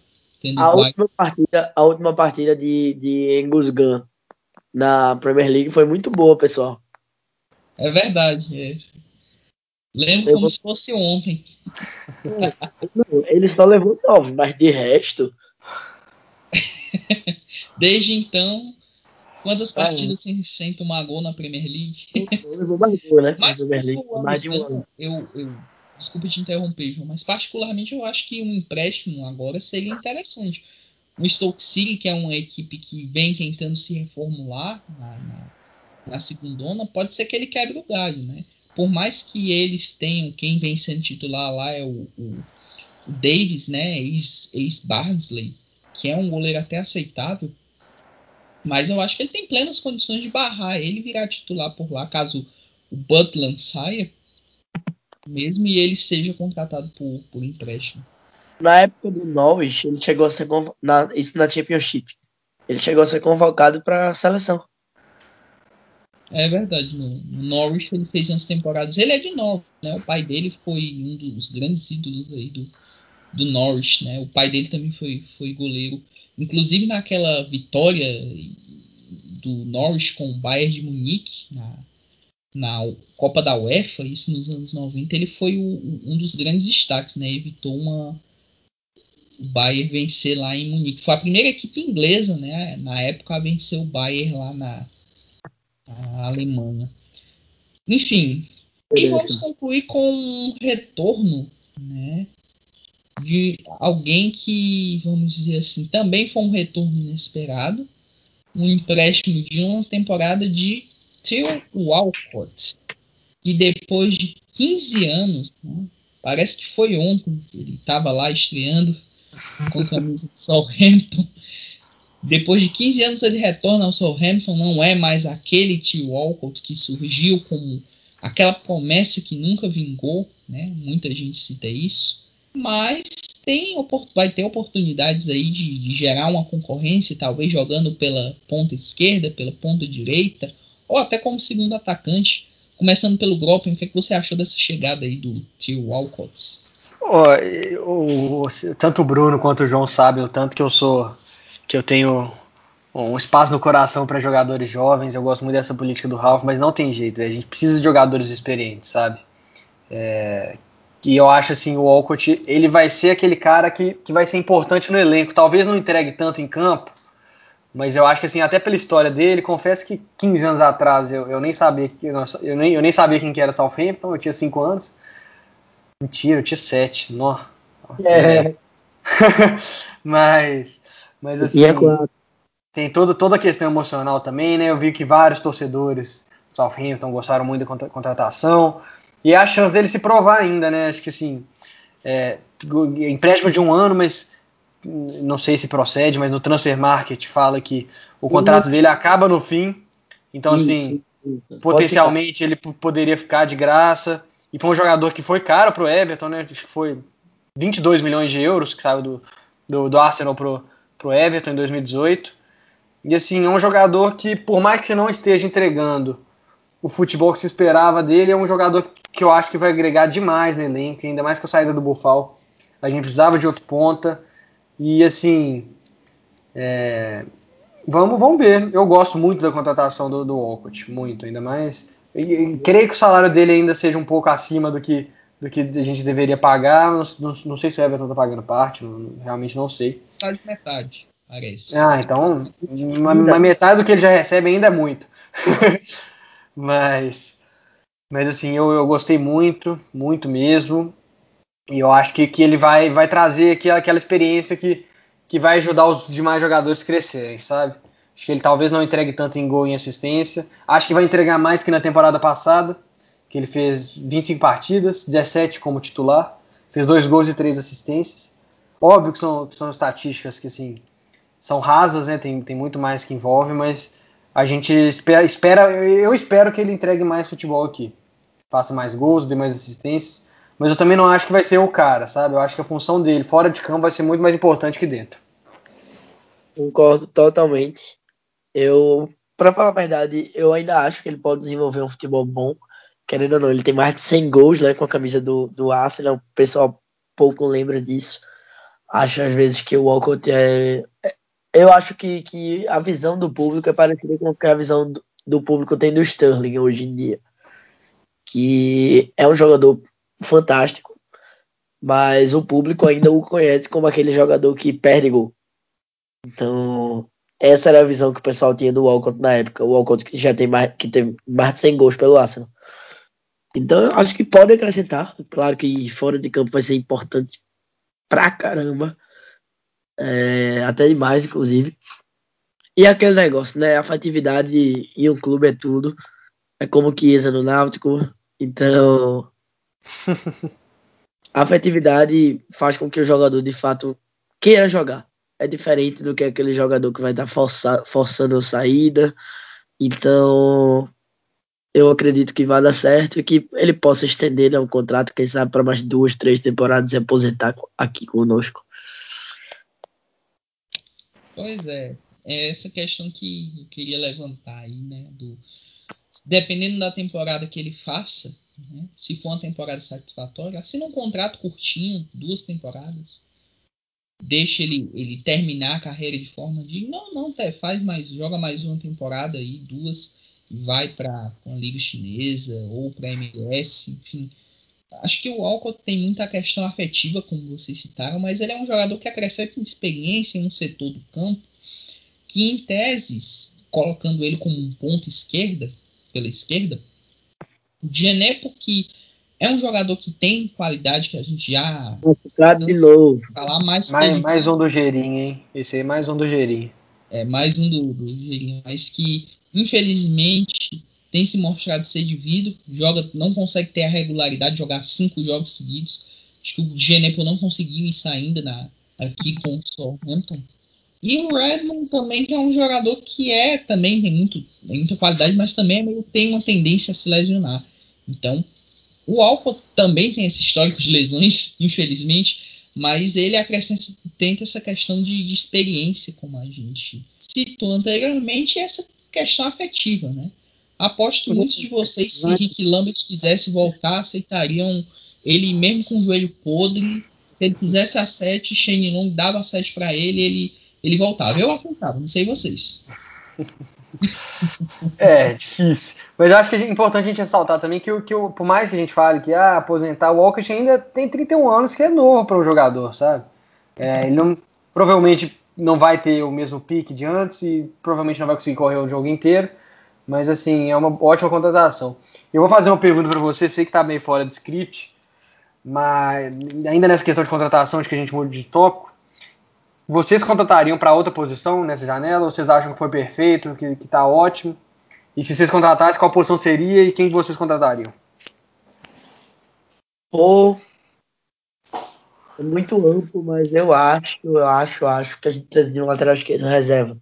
A última partida de Angus Gunn na Premier League foi muito boa, pessoal. É verdade. Lembro como se fosse ontem. Ele só levou 9, mas de resto. Desde então, quantas partidas sem tomar gol na Premier League? Levou mais gol, né? Mas Premier League, mais de um ano. Desculpa te interromper, João, mas particularmente eu acho que um empréstimo agora seria interessante. O Stoke City, que é uma equipe que vem tentando se reformular na segundona, pode ser que ele quebre o galho, né? Por mais que eles tenham, quem vem sendo titular lá é o Davis, né? Ex-Barnsley, que é um goleiro até aceitável, mas eu acho que ele tem plenas condições de barrar ele virar titular por lá, caso o Butland saia, mesmo e ele seja contratado por empréstimo. Na época do Norwich, ele chegou a ser isso na Championship. Ele chegou a ser convocado para a seleção. É verdade, no Norwich ele fez umas temporadas. Ele é de Norwich, né? O pai dele foi um dos grandes ídolos aí do Norwich, né? O pai dele também foi goleiro. Inclusive naquela vitória do Norwich com o Bayern de Munique na Copa da UEFA, isso nos anos 90, ele foi um dos grandes destaques, né? Evitou o Bayern vencer lá em Munique. Foi a primeira equipe inglesa, né? Na época a vencer o Bayern lá na Alemanha. Enfim, e vamos concluir com um retorno, né? De alguém que, vamos dizer assim, também foi um retorno inesperado, um empréstimo de uma temporada de Theo Walcott, que depois de 15 anos, né, parece que foi ontem que ele estava lá estreando com a camisa do Southampton. Depois de 15 anos ele retorna ao Southampton, não é mais aquele Theo Walcott que surgiu como aquela promessa que nunca vingou, né? Muita gente cita isso, mas vai ter oportunidades aí de gerar uma concorrência, talvez jogando pela ponta esquerda, pela ponta direita, ou até como segundo atacante, Começando pelo Grofin, o que você achou dessa chegada aí do Theo Walcott? Tanto o Bruno quanto o João sabem o tanto que eu tenho um espaço no coração para jogadores jovens. Eu gosto muito dessa política do Ralf, mas não tem jeito, a gente precisa de jogadores experientes, sabe? E eu acho assim, o Walcott, ele vai ser aquele cara que vai ser importante no elenco. Talvez não entregue tanto em campo, mas eu acho que assim, até pela história dele, confesso que 15 anos atrás eu nem sabia eu nem sabia quem que era Southampton, eu tinha 5 anos. Mentira, eu tinha 7. Nó. É, mas, mas eu tinha assim, 4. tem toda a questão emocional também, né? Eu vi que vários torcedores do Southampton gostaram muito da contratação. E é a chance dele se provar ainda, né? Acho que assim, empréstimo de 1 ano, mas não sei se procede, mas no Transfer Market fala que o contrato dele acaba no fim. Então, assim, Isso. Pode ficar. potencialmente ele poderia ficar de graça. E foi um jogador que foi caro pro Everton, né? Acho que foi 22 milhões de euros que saiu do Arsenal pro Everton em 2018. E assim, é um jogador que, por mais que não esteja entregando o futebol que se esperava dele, é um jogador que eu acho que vai agregar demais no elenco, ainda mais com a saída do Buffal. A gente precisava de outro ponta. E assim, vamos ver. Eu gosto muito da contratação do Walcott, muito, ainda mais. E creio que o salário dele ainda seja um pouco acima do que a gente deveria pagar. Não sei se o Everton está pagando parte, realmente não sei. Tá de metade, parece. Ah, então, uma metade do que ele já recebe ainda é muito. mas, mas assim, eu gostei muito, muito mesmo. E eu acho que ele vai trazer aquela experiência que vai ajudar os demais jogadores a crescerem, sabe? Acho que ele talvez não entregue tanto em gol e em assistência. Acho que vai entregar mais que na temporada passada, que ele fez 25 partidas, 17 como titular, fez 2 gols e 3 assistências. Óbvio que são estatísticas que assim, são rasas, né? Tem muito mais que envolve, mas a gente eu espero que ele entregue mais futebol aqui. Faça mais gols, dê mais assistências. Mas eu também não acho que vai ser o cara, sabe? Eu acho que a função dele fora de campo vai ser muito mais importante que dentro. Concordo totalmente. Pra falar a verdade, eu ainda acho que ele pode desenvolver um futebol bom. Querendo ou não, ele tem mais de 100 gols, né, com a camisa do Arsenal. O pessoal pouco lembra disso. Acho às vezes que o Walcott eu acho que a visão do público é parecida com o que a visão do público tem do Sterling hoje em dia. Que é um jogador fantástico, mas o público ainda o conhece como aquele jogador que perde gol. Então, essa era a visão que o pessoal tinha do Walcott na época. O Walcott que já teve mais de 100 gols pelo Arsenal. Então, eu acho que pode acrescentar. Claro que fora de campo vai ser importante pra caramba. Até demais, inclusive. E aquele negócio, né? Afetividade e um clube é tudo. É como Chiesa no Náutico. Então, a afetividade faz com que o jogador de fato queira jogar. É diferente do que aquele jogador que vai estar forçando a saída. Então, eu acredito que vai dar certo e que ele possa estender, né, um contrato, quem sabe, para mais 2, 3 temporadas e aposentar aqui conosco. Pois é essa questão que eu queria levantar aí, né? Dependendo da temporada que ele faça, né, se for uma temporada satisfatória, assina um contrato curtinho, 2 temporadas, deixa ele terminar a carreira de forma de não, faz mais, joga mais uma temporada aí, 2, e vai para uma liga chinesa ou para MLS, enfim. Acho que o Walcott tem muita questão afetiva, como vocês citaram, mas ele é um jogador que acrescenta experiência em um setor do campo que, em teses, colocando ele como um ponto esquerda, pela esquerda, o Djenepo, que é um jogador que tem qualidade, que a gente já Machucado de cansa novo. de falar, mas que Mais, ele mais um do Geirinho, hein? Esse aí é mais um do Geirinho. é mais um do Geirinho, mas que, infelizmente, tem se mostrado ser devido, não consegue ter a regularidade de jogar 5 jogos seguidos. Acho que o Djenepo não conseguiu isso ainda aqui com o Southampton. E o Redmond também, que é um jogador que também tem muita qualidade, mas também tem uma tendência a se lesionar. Então, o Alcott também tem esse histórico de lesões, infelizmente, mas ele tenta essa questão de experiência, como a gente citou anteriormente, e essa questão afetiva, né? Aposto muitos de vocês, se Rick Lambert quisesse voltar, aceitariam ele mesmo com o joelho podre. Se ele quisesse a 7, Shane Long dava a 7 para ele voltava. Eu aceitava, não sei vocês. É, difícil. Mas eu acho que é importante a gente ressaltar também que, por mais que a gente fale que aposentar, o Walker ainda tem 31 anos, que é novo para o jogador, sabe? Ele provavelmente não vai ter o mesmo pique de antes e provavelmente não vai conseguir correr o jogo inteiro. Mas, assim, é uma ótima contratação. Eu vou fazer uma pergunta para você, sei que está meio fora do script, mas ainda nessa questão de contratação, acho que a gente muda de tópico. Vocês contratariam para outra posição nessa janela? Ou vocês acham que foi perfeito, que está ótimo? E se vocês contratassem, qual posição seria e quem vocês contratariam? Pô, é muito amplo, mas eu acho que a gente precisa de um lateral esquerdo reserva.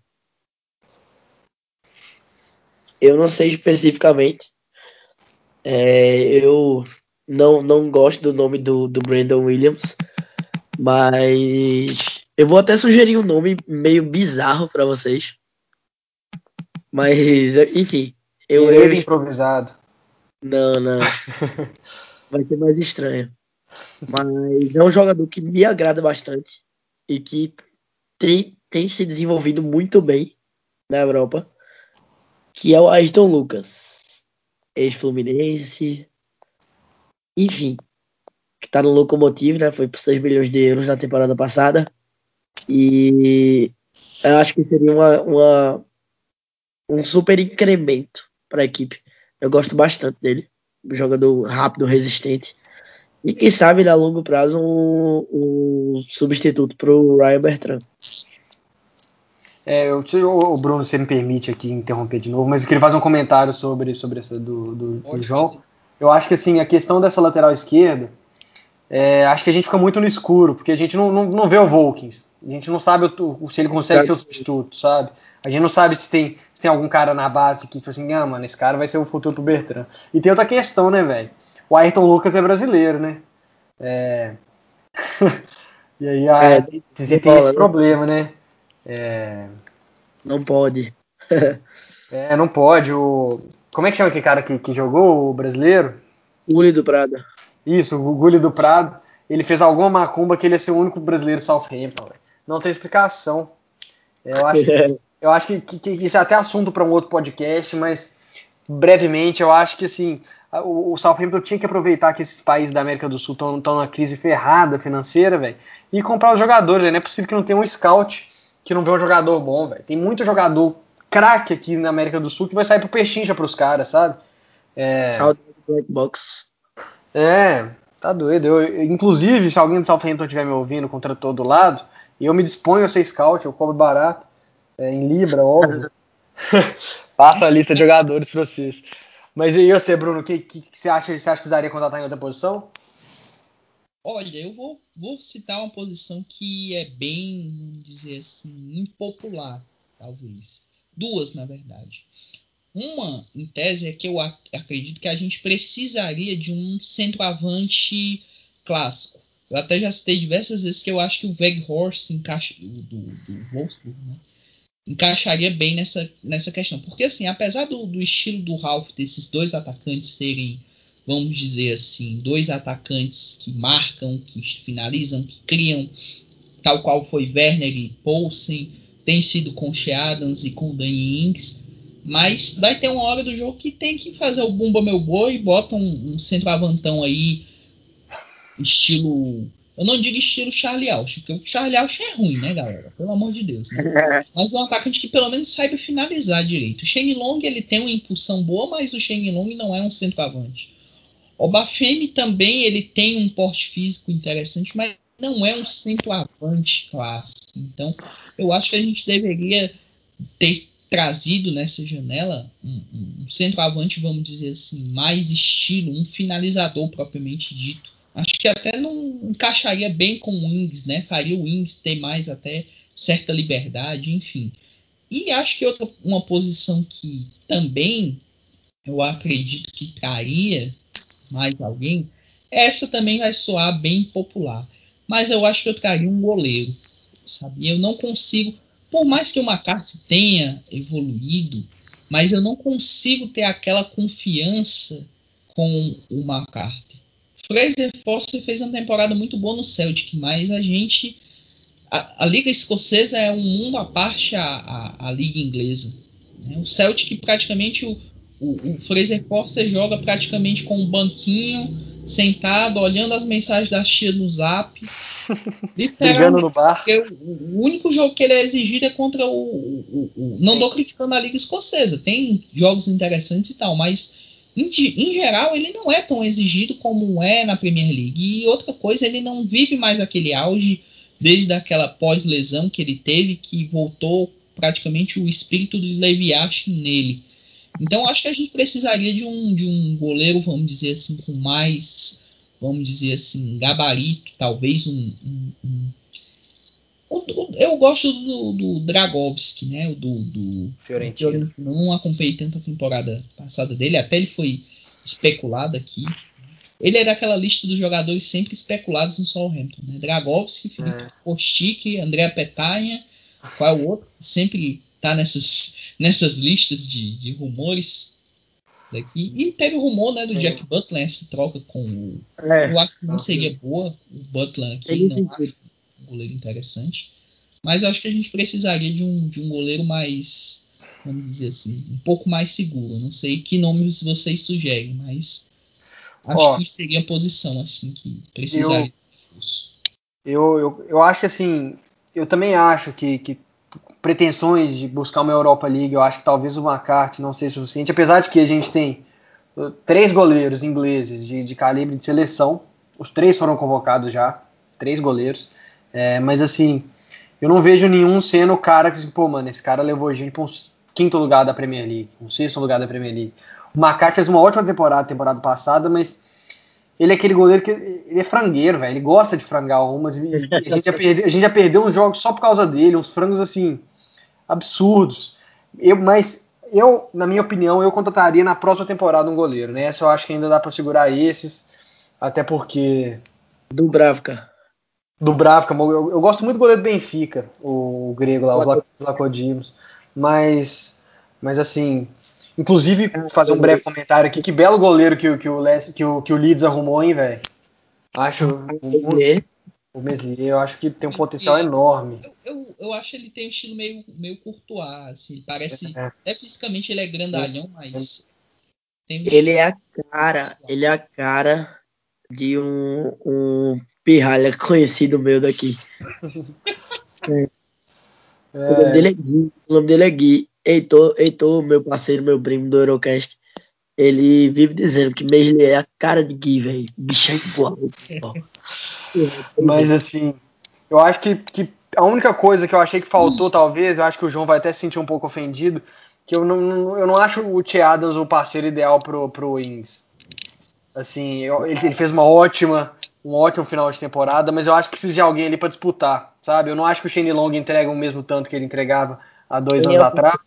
Eu não sei especificamente. Eu não gosto do nome do Brandon Williams, mas eu vou até sugerir um nome meio bizarro para vocês. Mas, enfim, Pereira improvisado. Não. Vai ser mais estranho. Mas é um jogador que me agrada bastante e que tem se desenvolvido muito bem na Europa, que é o Ayrton Lucas, ex-Fluminense, enfim, que tá no Lokomotiv, né? Foi por 6 milhões de euros na temporada passada. E eu acho que seria um super incremento para a equipe. Eu gosto bastante dele. Um jogador rápido, resistente. E quem sabe, a longo prazo, um substituto para o Ryan Bertrand. O Bruno, se me permite aqui interromper de novo, mas eu queria fazer um comentário sobre essa do João. Fazer. Eu acho que assim, a questão dessa lateral esquerda, acho que a gente fica muito no escuro, porque a gente não vê o Volkins. A gente não sabe se ele consegue ser o substituto, sabe? A gente não sabe se tem algum cara na base que, tipo assim, mano, esse cara vai ser o futuro pro Bertrand. E tem outra questão, né, velho? O Ayrton Lucas é brasileiro, né? E aí tem esse problema, né? Não pode. Não pode. Como é que chama aquele cara que jogou, o brasileiro? Gulli do Prado. Isso, o Gulli do Prado. Ele fez alguma macumba que ele ia ser o único brasileiro Southampton. Véio. Não tem explicação. Eu acho que isso é até assunto para um outro podcast, mas brevemente eu acho que assim o Southampton tinha que aproveitar que esses países da América do Sul estão numa crise ferrada financeira, velho, e comprar os jogadores. Véio. Não é possível que não tenha um scout que não vê um jogador bom, velho. Tem muito jogador craque aqui na América do Sul que vai sair pro pechincha pros caras, sabe? Saudade do Black Box. Tá doido. Inclusive, se alguém do Southampton estiver me ouvindo, contratou do lado, eu me disponho a ser scout, eu cobro barato, em Libra, óbvio. Passa a lista de jogadores pra vocês. Mas e você, Bruno, o que você acha? Você acha que precisaria contratar em outra posição? Olha, eu vou citar uma posição que é bem, vamos dizer assim, impopular, talvez. Duas, na verdade. Uma, em tese, é que eu acredito que a gente precisaria de um centroavante clássico. Eu até já citei diversas vezes que eu acho que o Weghorst encaixa, do Wolfsburg, né? Encaixaria bem nessa questão. Porque, assim, apesar do estilo do Ralf, desses dois atacantes serem, vamos dizer assim, dois atacantes que marcam, que finalizam, que criam, tal qual foi Werner e Poulsen, tem sido com Shea Adams e com Danny Ings, mas vai ter uma hora do jogo que tem que fazer o Bumba Meu Boi e bota um centroavantão aí, estilo... Eu não digo estilo Charlie Austin, porque o Charlie Austin é ruim, né, galera? Pelo amor de Deus, né? Mas é um atacante que pelo menos saiba finalizar direito. O Shane Long, ele tem uma impulsão boa, mas o Shane Long não é um centroavante. O Bafemi também, ele tem um porte físico interessante, mas não é um centroavante clássico. Então, eu acho que a gente deveria ter trazido nessa janela um centroavante, vamos dizer assim, mais estilo, um finalizador propriamente dito. Acho que até não encaixaria bem com o Ings, né? Faria o Ings ter mais até certa liberdade, enfim. E acho que uma posição que também eu acredito que traria mais alguém, essa também vai soar bem popular. Mas eu acho que eu traria um goleiro, sabe? Eu não consigo, por mais que o McCarthy tenha evoluído, mas eu não consigo ter aquela confiança com o McCarthy. Fraser Forster fez uma temporada muito boa no Celtic, mas a Liga Escocesa é um mundo à parte a Liga Inglesa. Né? O Celtic praticamente o Fraser Forster joga praticamente com um banquinho, sentado, olhando as mensagens da tia no Zap. Brigando no bar. O único jogo que ele é exigido é contra não tô criticando a Liga Escocesa, tem jogos interessantes e tal, mas em geral ele não é tão exigido como é na Premier League. E outra coisa, ele não vive mais aquele auge desde aquela pós-lesão que ele teve, que voltou praticamente o espírito do Levi Ashley nele. Então acho que a gente precisaria de um goleiro, vamos dizer assim, com mais, vamos dizer assim, gabarito, talvez eu gosto do Dragovski, né? Do Fiorentina. Não acompanhei tanto a temporada passada dele, até ele foi especulado aqui. Ele é daquela lista dos jogadores sempre especulados no Southampton, né? Dragovski, Filipe Kostic, André Petanha, qual é o outro? Sempre tá nessas listas de rumores daqui. E teve o rumor, né, do Jack Butland, essa troca com o... Eu acho que não seria boa o Butland aqui, não acho um goleiro interessante. Mas eu acho que a gente precisaria de um goleiro mais, vamos dizer assim, um pouco mais seguro. Não sei que nomes vocês sugerem, mas acho que seria a posição assim que precisaria. Eu acho que assim, eu também acho que pretensões de buscar uma Europa League, eu acho que talvez o McCarthy não seja suficiente, apesar de que a gente tem 3 goleiros ingleses de calibre de seleção, os 3 foram convocados já, 3 goleiros, mas assim, eu não vejo nenhum sendo o cara que, pô, mano, esse cara levou a gente para um 5º lugar da Premier League, um 6º lugar da Premier League. O McCarthy fez uma ótima temporada passada, mas ele é aquele goleiro que ele é frangueiro, velho. Ele gosta de frangar umas. E a gente já perdeu uns jogos só por causa dele, uns frangos assim, absurdos. Mas eu, na minha opinião, eu contrataria na próxima temporada um goleiro. Nessa eu acho que ainda dá pra segurar esses. Até porque. Dubravka. Eu gosto muito do goleiro do Benfica, o grego lá, o Vlachodimos. Mas assim. Inclusive, fazer um breve comentário aqui. Que belo goleiro que o Leeds arrumou, hein, velho? Acho o Meslier, eu acho que tem um potencial enorme. Eu acho que ele tem um estilo meio Courtois, assim, parece. Até fisicamente ele é grandalhão, mas. Ele é a cara de um pirralha conhecido meu daqui. O nome dele é Gui. O nome dele é Gui. Heitor, meu parceiro, meu primo do Eurocast, ele vive dizendo que Meslier é a cara de Gui, velho. Bicho é igual. Mas assim, eu acho que a única coisa que eu achei que faltou, talvez, eu acho que o João vai até se sentir um pouco ofendido, que eu não acho o Che Adams o parceiro ideal pro Ings. Assim, ele fez um ótimo final de temporada, mas eu acho que precisa de alguém ali pra disputar, sabe? Eu não acho que o Shane Long entrega o mesmo tanto que ele entregava há 2 anos atrás.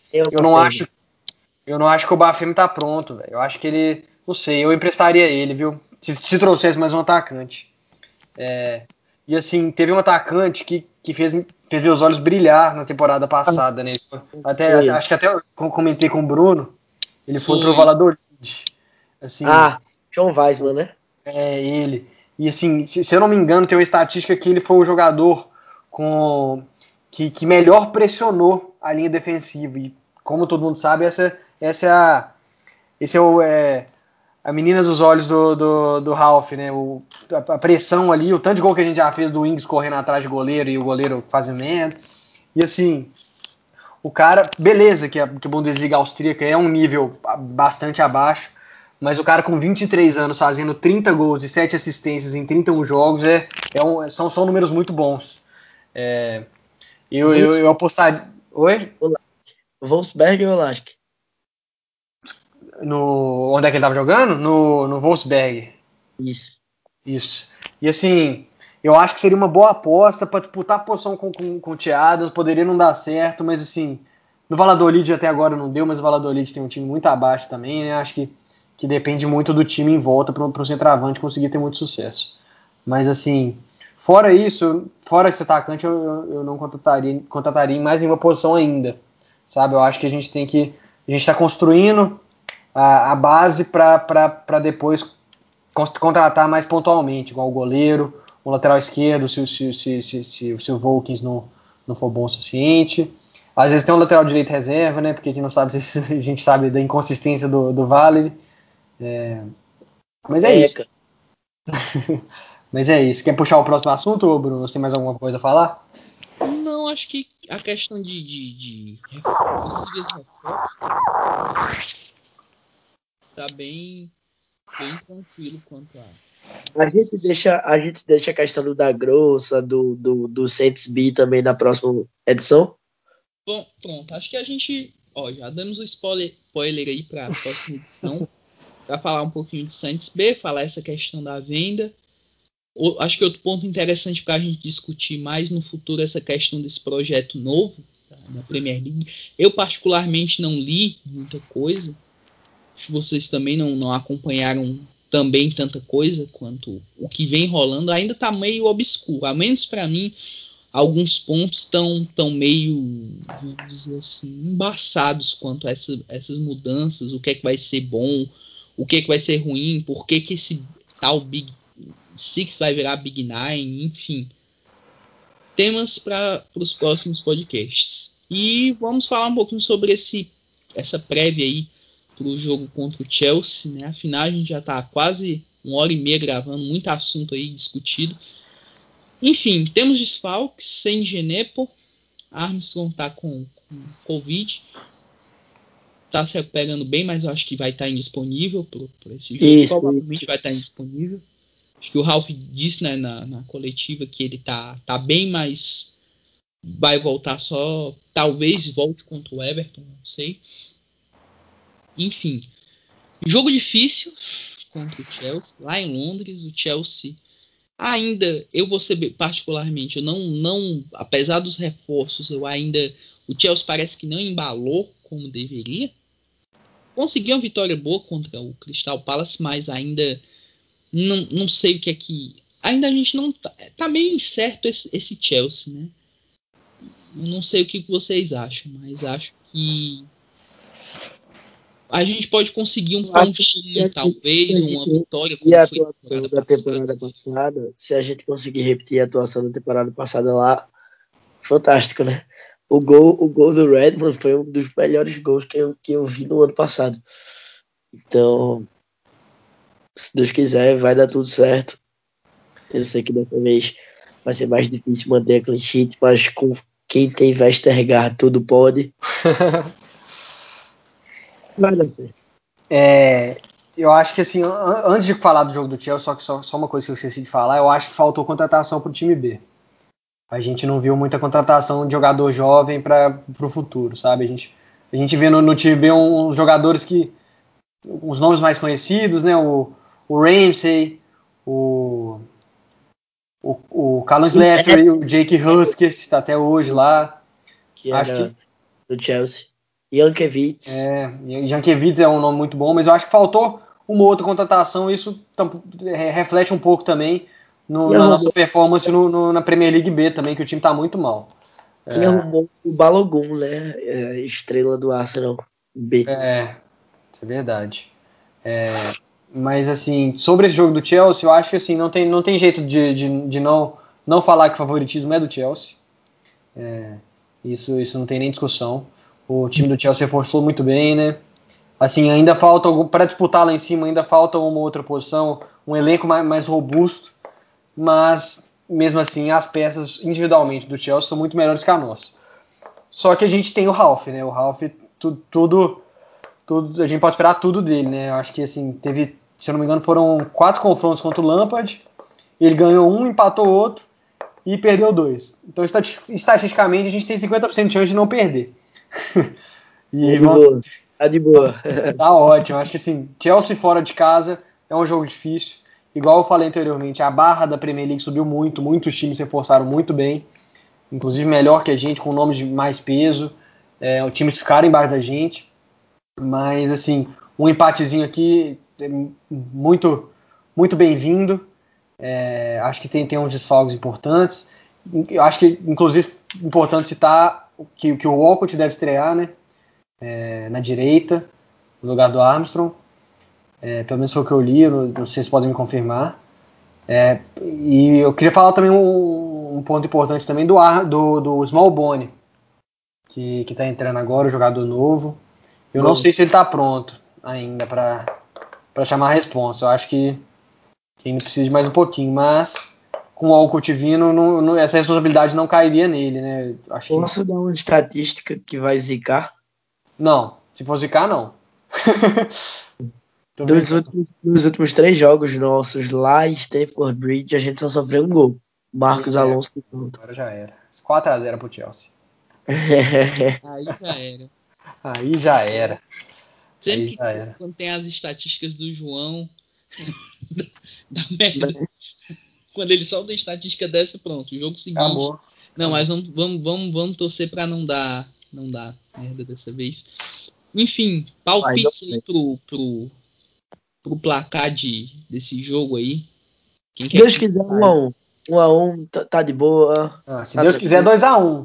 Eu não acho que o Bafemi tá pronto, velho. Eu acho que ele, não sei, eu emprestaria ele, viu? Se trouxesse mais um atacante. E assim, teve um atacante que fez meus olhos brilhar na temporada passada, né? Acho que até eu comentei com o Bruno, ele foi pro Valladolid. Assim, John Weissman, né? É ele. E assim, se eu não me engano, tem uma estatística que ele foi o jogador que melhor pressionou a linha defensiva. E como todo mundo sabe, esse é a menina dos olhos do Ralph, né? A pressão ali, o tanto de gol que a gente já fez do Ings correndo atrás de goleiro e o goleiro fazendo merda. E assim, o cara, beleza, que a Bundesliga austríaca é um nível bastante abaixo, mas o cara com 23 anos fazendo 30 gols e 7 assistências em 31 jogos são números muito bons. Eu apostaria. Oi? Wolfsberg ou Lask? Onde é que ele tava jogando? No Wolfsberg. Isso. E assim, eu acho que seria uma boa aposta para disputar a posição com o Thiago. Poderia não dar certo, mas assim, no Valladolid até agora não deu, mas o Valladolid tem um time muito abaixo também, né? Acho que depende muito do time em volta para o centroavante conseguir ter muito sucesso. Mas assim, fora isso, fora esse atacante, eu não contrataria em mais nenhuma posição ainda. Sabe? Eu acho que a gente a gente está construindo a base para depois contratar mais pontualmente, igual o goleiro, o lateral esquerdo, se o Volkins não for bom o suficiente. Às vezes tem um lateral direito reserva, né? Porque a gente não sabe se a gente sabe da inconsistência do Vale. Mas é isso. Mas é isso. Quer puxar o próximo assunto, ou Bruno? Você tem mais alguma coisa a falar? Não, acho que a questão de possíveis reforços tá bem tranquilo quanto a. A gente deixa a questão do da Grossa, do Saints B também na próxima edição. Bom, pronto. Acho que a gente, já damos o spoiler aí para a próxima edição, para falar um pouquinho de Saints B, falar essa questão da venda. Acho que outro ponto interessante para a gente discutir mais no futuro é essa questão desse projeto novo, tá, na Premier League. Eu particularmente não li muita coisa. Acho que vocês também não acompanharam também tanta coisa quanto o que vem rolando. Ainda está meio obscuro, ao menos para mim. Alguns pontos estão meio, vamos dizer assim, embaçados quanto a essas mudanças, o que é que vai ser bom, o que é que vai ser ruim, por que esse tal Big Six vai virar Big Nine, enfim. Temas para os próximos podcasts. E vamos falar um pouquinho sobre essa prévia aí para o jogo contra o Chelsea, né? Afinal, a gente já está quase 1h30 gravando, muito assunto aí discutido. Enfim, temos desfalques sem Genepo. Armstrong tá com Covid. Tá se recuperando bem, mas eu acho que vai estar indisponível por esse jogo. Isso. Provavelmente vai estar indisponível. Acho que o Ralf disse, né, na coletiva que ele tá bem, mas vai voltar só. Talvez volte contra o Everton, não sei. Enfim, jogo difícil contra o Chelsea, lá em Londres. O Chelsea ainda, eu vou ser particularmente, eu não, apesar dos reforços, o Chelsea parece que não embalou como deveria. Conseguiu uma vitória boa contra o Crystal Palace, mas ainda não sei o que é que, ainda a gente não tá meio incerto esse Chelsea, né? Eu não sei o que vocês acham, mas acho que a gente pode conseguir um pontinho, talvez, uma vitória como foi a temporada da temporada passada, se a gente conseguir repetir a atuação da temporada passada lá, fantástico, né? O gol do Redmond foi um dos melhores gols que eu vi no ano passado. Então, se Deus quiser, vai dar tudo certo. Eu sei que dessa vez vai ser mais difícil manter a clean sheet, mas com quem tem Vestergaard, tudo pode. Vai dar certo. Eu acho que assim, antes de falar do jogo do Chelsea, só uma coisa que eu esqueci de falar, eu acho que faltou contratação pro time B. A gente não viu muita contratação de jogador jovem para o futuro, sabe? A gente vê no time B uns jogadores os nomes mais conhecidos, né? O Ramsey, o Callum Slattery, o Jake Husker, que está até hoje lá. Que era do Chelsea. Jankiewicz. Jankiewicz é um nome muito bom, mas eu acho que faltou uma outra contratação, e isso reflete um pouco também na nossa performance na Premier League B também, que o time está muito mal. Quem arrumou o Balogun, né? Estrela do Arsenal B. Isso é verdade. Mas assim, sobre esse jogo do Chelsea, eu acho que assim, não tem jeito de não falar que o favoritismo é do Chelsea. Isso não tem nem discussão. O time do Chelsea reforçou muito bem, né? Assim, ainda falta para disputar lá em cima, ainda falta uma outra posição, um elenco mais robusto, mas mesmo assim as peças individualmente do Chelsea são muito melhores que a nossa. Só que a gente tem o Ralf, né? O Ralf, tudo a gente pode esperar tudo dele, né? Eu acho que assim, se eu não me engano, foram 4 confrontos contra o Lampard, ele ganhou um, empatou outro e perdeu 2. Então, estatisticamente, a gente tem 50% de chance de não perder. Tá de boa. Tá ótimo. Acho que assim, Chelsea fora de casa é um jogo difícil. Igual eu falei anteriormente, a barra da Premier League subiu muito, muitos times se reforçaram muito bem, inclusive melhor que a gente, com nomes de mais peso. Os times ficaram embaixo da gente. Mas, assim, um empatezinho aqui é muito, muito bem-vindo. Acho que tem uns desfalques importantes. Acho que, inclusive, importante citar que o Walcott deve estrear, né? na direita, no lugar do Armstrong. Pelo menos foi o que eu li, não sei se vocês podem me confirmar. E eu queria falar também um ponto importante também do Smallbone, que está entrando agora, o jogador novo. Eu não sei se ele está pronto ainda para chamar a responsa. Eu acho que ainda precisa de mais um pouquinho, mas com o Alcott vindo, essa responsabilidade não cairia nele, né? Posso dar uma estatística que vai zicar? Não, se for zicar, não. Dos últimos 3 jogos nossos lá em Stamford Bridge, a gente só sofreu um gol. Marcos Alonso e pronto. Agora já era. 4-0 pro Chelsea. Aí já era. Aí já era. Sempre que quando tem as estatísticas do João, dá merda. Quando ele solta a estatística dessa, pronto, o jogo seguinte. Acabou. Não, mas vamos torcer pra não dar merda dessa vez. Enfim, palpites aí pro placar desse jogo aí. Se Deus quiser, 1-1. 1-1, tá de boa. Se Deus quiser, 2-1.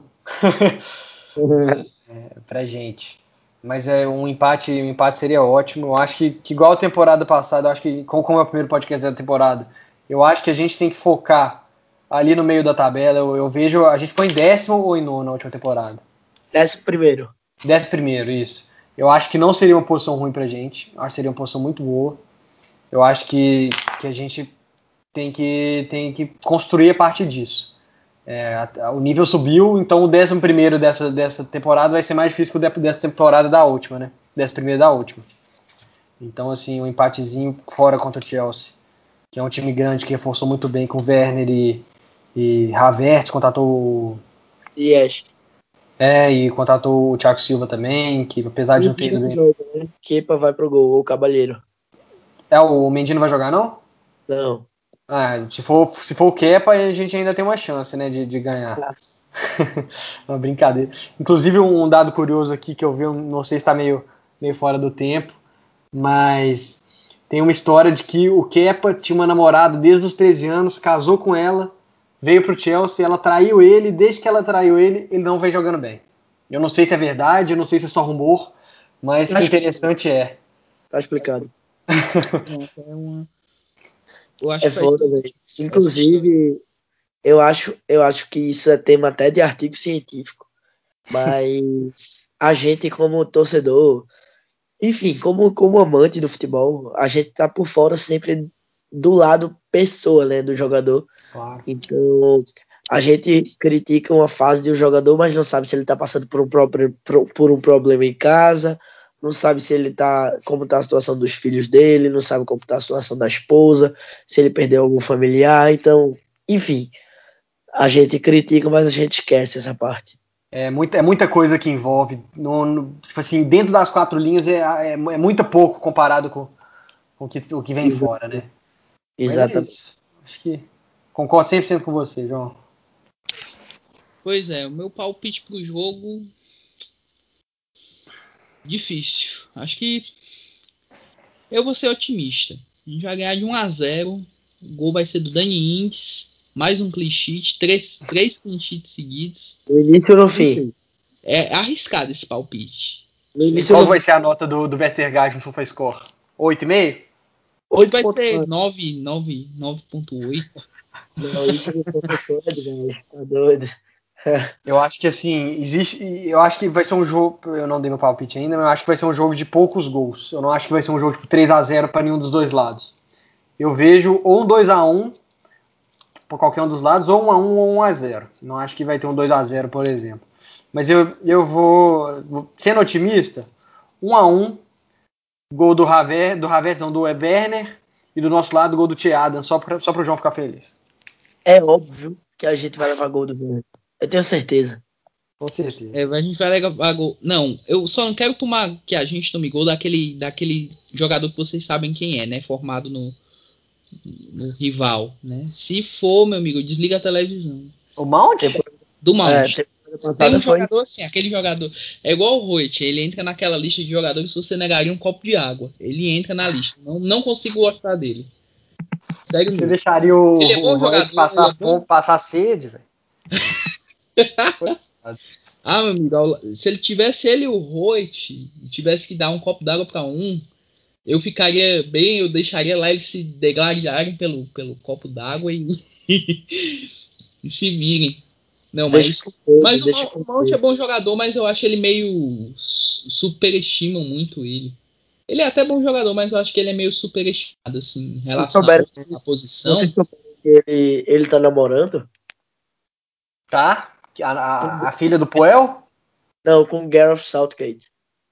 Pra gente. Mas um empate seria ótimo. Eu acho que igual a temporada passada, eu acho que, como é o primeiro podcast da temporada, eu acho que a gente tem que focar ali no meio da tabela. Eu vejo, a gente foi em 10º ou em 9º na última temporada? 11º. 11º, isso. Eu acho que não seria uma posição ruim pra gente. Acho que seria uma posição muito boa. Eu acho que a gente tem que construir a partir disso. O nível subiu, então o 11º dessa temporada vai ser mais difícil que o dessa temporada da última, né? 11º da última. Então, assim, um empatezinho fora contra o Chelsea, que é um time grande que reforçou muito bem com o Werner e Havertz, contratou e contratou o Thiago Silva também, que apesar de não ter ido bem... Kepa vai pro gol, o Cabalheiro. O Mendy não vai jogar, não? Não. Se for o Kepa, a gente ainda tem uma chance, né, de ganhar. Uma brincadeira. Inclusive, um dado curioso aqui que eu vi, não sei se está meio fora do tempo, mas tem uma história de que o Kepa tinha uma namorada desde os 13 anos, casou com ela, veio pro Chelsea, ela traiu ele, desde que ela traiu ele não vem jogando bem. Eu não sei se é verdade, eu não sei se é só rumor, mas o interessante é. Tá explicado. Eu acho que foda, velho. Inclusive, eu acho que isso é tema até de artigo científico. Mas a gente, como torcedor, enfim, como amante do futebol, a gente tá por fora sempre do lado pessoa, né, do jogador. Claro. Então, a gente critica uma fase de um jogador, mas não sabe se ele tá passando por um problema em casa, não sabe se ele tá, como tá a situação dos filhos dele, não sabe como tá a situação da esposa, se ele perdeu algum familiar. Então, enfim, a gente critica, mas a gente esquece essa parte. É muita coisa que envolve. Tipo assim, dentro das 4 linhas é muito pouco comparado com o que vem fora, né? Exatamente. Mas é isso. Acho que concordo 100% com você, João. Pois é, o meu palpite pro jogo... Difícil. Acho que eu vou ser otimista. A gente vai ganhar de 1-0. O gol vai ser do Dani Ings. Mais um clean sheet. Três clean sheets seguidos. No início ou no fim? É arriscado esse palpite. Qual vai ser a nota do Vestergaard no SofaScore? 8,5? Acho que vai ser 9.8. Não, isso não pode, velho. Tá doido. Eu acho que assim, eu acho que vai ser um jogo. Eu não dei meu palpite ainda, mas eu acho que vai ser um jogo de poucos gols. Eu não acho que vai ser um jogo tipo 3-0 para nenhum dos dois lados. Eu vejo ou um 2-1 para qualquer um dos lados, ou 1-1 ou 1-0. Não acho que vai ter um 2-0, por exemplo. Mas eu vou sendo otimista, 1-1, gol do Havertz, não, do Werner, e do nosso lado, gol do Tia Adam, só pro João ficar feliz. É óbvio que a gente vai levar gol do Werner. Eu tenho certeza. Com certeza. A gente vai levar gol. Não, eu só não quero que a gente tome gol daquele jogador que vocês sabem quem é, né? Formado no rival, né? Se for, meu amigo, desliga a televisão. O Mount? Do Mount. Tem um jogador assim, aquele jogador é igual o Roit, ele entra naquela lista de jogadores se você negaria um copo de água. Ele entra na lista. Não consigo gostar dele. Sério Você mesmo. deixaria ele é bom jogador, passar sede, velho? Ah, meu amigo, se ele tivesse ele e o Hoyt, e tivesse que dar um copo d'água para um, eu ficaria bem, eu deixaria lá eles se degladiarem pelo copo d'água e, e se virem. Não, Deixa mas com o Mount é bom jogador, mas eu acho ele meio superestimam muito ele. Ele é até bom jogador, mas eu acho que ele é meio superestimado, assim, em Vocês relação souberam, à posição. vocês souberam que ele tá namorando? Tá? Com, A filha do Puel? não, com Gareth Southgate.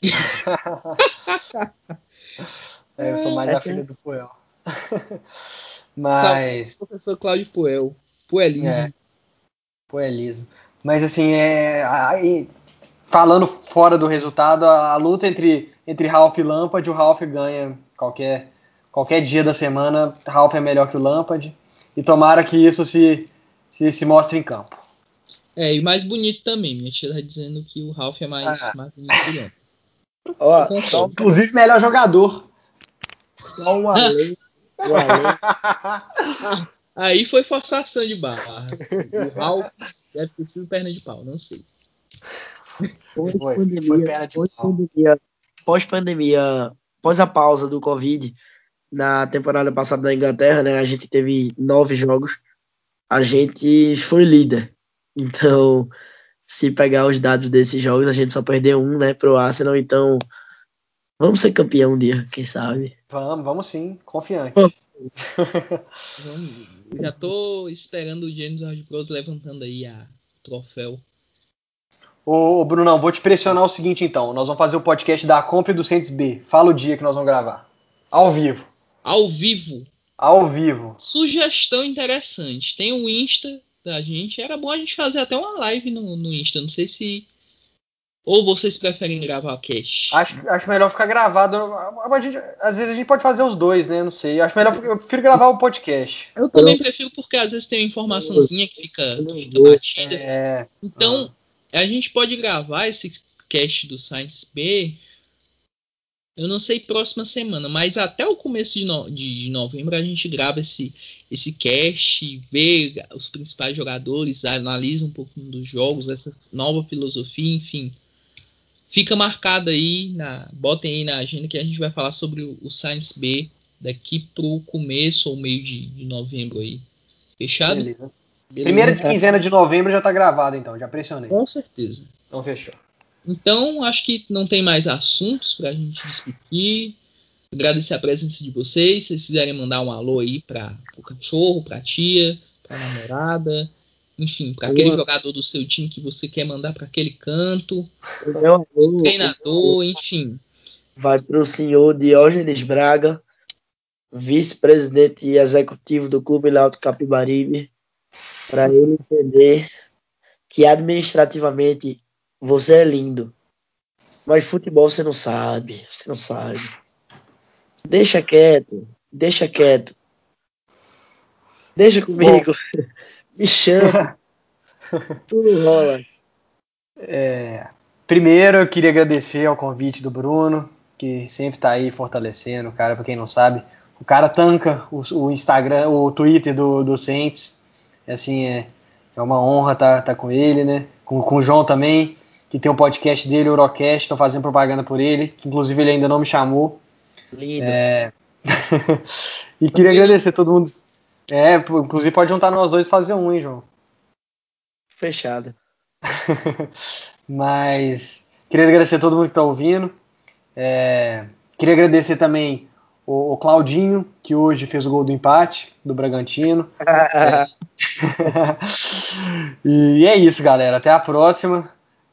Eu sou mais a Essa filha do Puel. Salve, Mas. professor Cláudio Puel. É, Puelismo. Puelismo. Mas assim, aí, falando fora do resultado, a luta entre Ralph e Lampard, o Ralph ganha qualquer dia da semana. Ralph é melhor que o Lampard. E tomara que isso se mostre em campo. É, e mais bonito também. Minha tia tá dizendo que o Ralph é Ah, mais bonito que o Lampard. Eu Ó, concordo. inclusive, melhor jogador. só um além. Aí foi forçação de barra. O Ralph deve ter sido perna de pau, não sei. Foi Pós-pandemia, perna de pau. pós-pandemia, pós-pandemia, pós a pausa do Covid, na temporada passada da Inglaterra, né, a gente teve 9 jogos, a gente foi líder. Então, se pegar os dados desses jogos, a gente só perdeu um, né, pro Arsenal, então vamos ser campeão um dia, quem sabe. Vamos sim, Pô, confiante. Eu já tô esperando o James Ward-Prowse levantando aí o troféu. Ô, Brunão, vou te pressionar o seguinte então. Nós vamos fazer o podcast da compra e do Saints B. Fala o dia que nós vamos gravar. Ao vivo. Ao vivo. Ao vivo. Sugestão interessante. Tem o Insta da gente. Era bom a gente fazer até uma live no Insta. Não sei se. Ou vocês preferem gravar cast. Acho melhor ficar gravado. Às vezes a gente pode fazer os dois, né? Não sei. Eu prefiro gravar o podcast. Eu também prefiro porque às vezes tem uma informaçãozinha que fica batida. É. Então, a gente pode gravar esse cast do Science B. Eu não sei próxima semana, mas até o começo de novembro a gente grava esse cast, vê os principais jogadores, analisa um pouquinho dos jogos, essa nova filosofia, enfim. Fica marcado aí, botem aí na agenda que a gente vai falar sobre o Science B daqui pro começo ou meio de novembro aí. Fechado? Beleza. Beleza, Primeira então? quinzena de novembro já tá gravado, então. Já pressionei. Com certeza. Então fechou. Então, acho que não tem mais assuntos pra gente discutir. Agradecer a presença de vocês. Se vocês quiserem mandar um alô aí para o cachorro, para a tia, para a namorada, enfim, para aquele jogador do seu time que você quer mandar para aquele canto, o treinador, enfim. vai para o senhor Diógenes Braga, vice-presidente executivo do Clube Náutico Capibaribe, para ele entender que administrativamente você é lindo, mas futebol você não sabe, você não sabe. Deixa quieto, deixa quieto. Deixa comigo, me chama, tudo rola. Primeiro, eu queria agradecer ao convite do Bruno, que sempre tá aí fortalecendo, cara, pra quem não sabe. O cara tanca o Instagram, o Twitter do Saints. Assim, é uma honra tá com ele, né? Com o João também, que tem um podcast dele, o Eurocast, tô fazendo propaganda por ele, que inclusive ele ainda não me chamou. Lindo. E queria agradecer a todo mundo. Inclusive pode juntar nós dois e fazer um, hein, João? Fechado. Mas queria agradecer a todo mundo que está ouvindo. Queria agradecer também o Claudinho, que hoje fez o gol do empate do Bragantino. E é isso, galera. Até a próxima.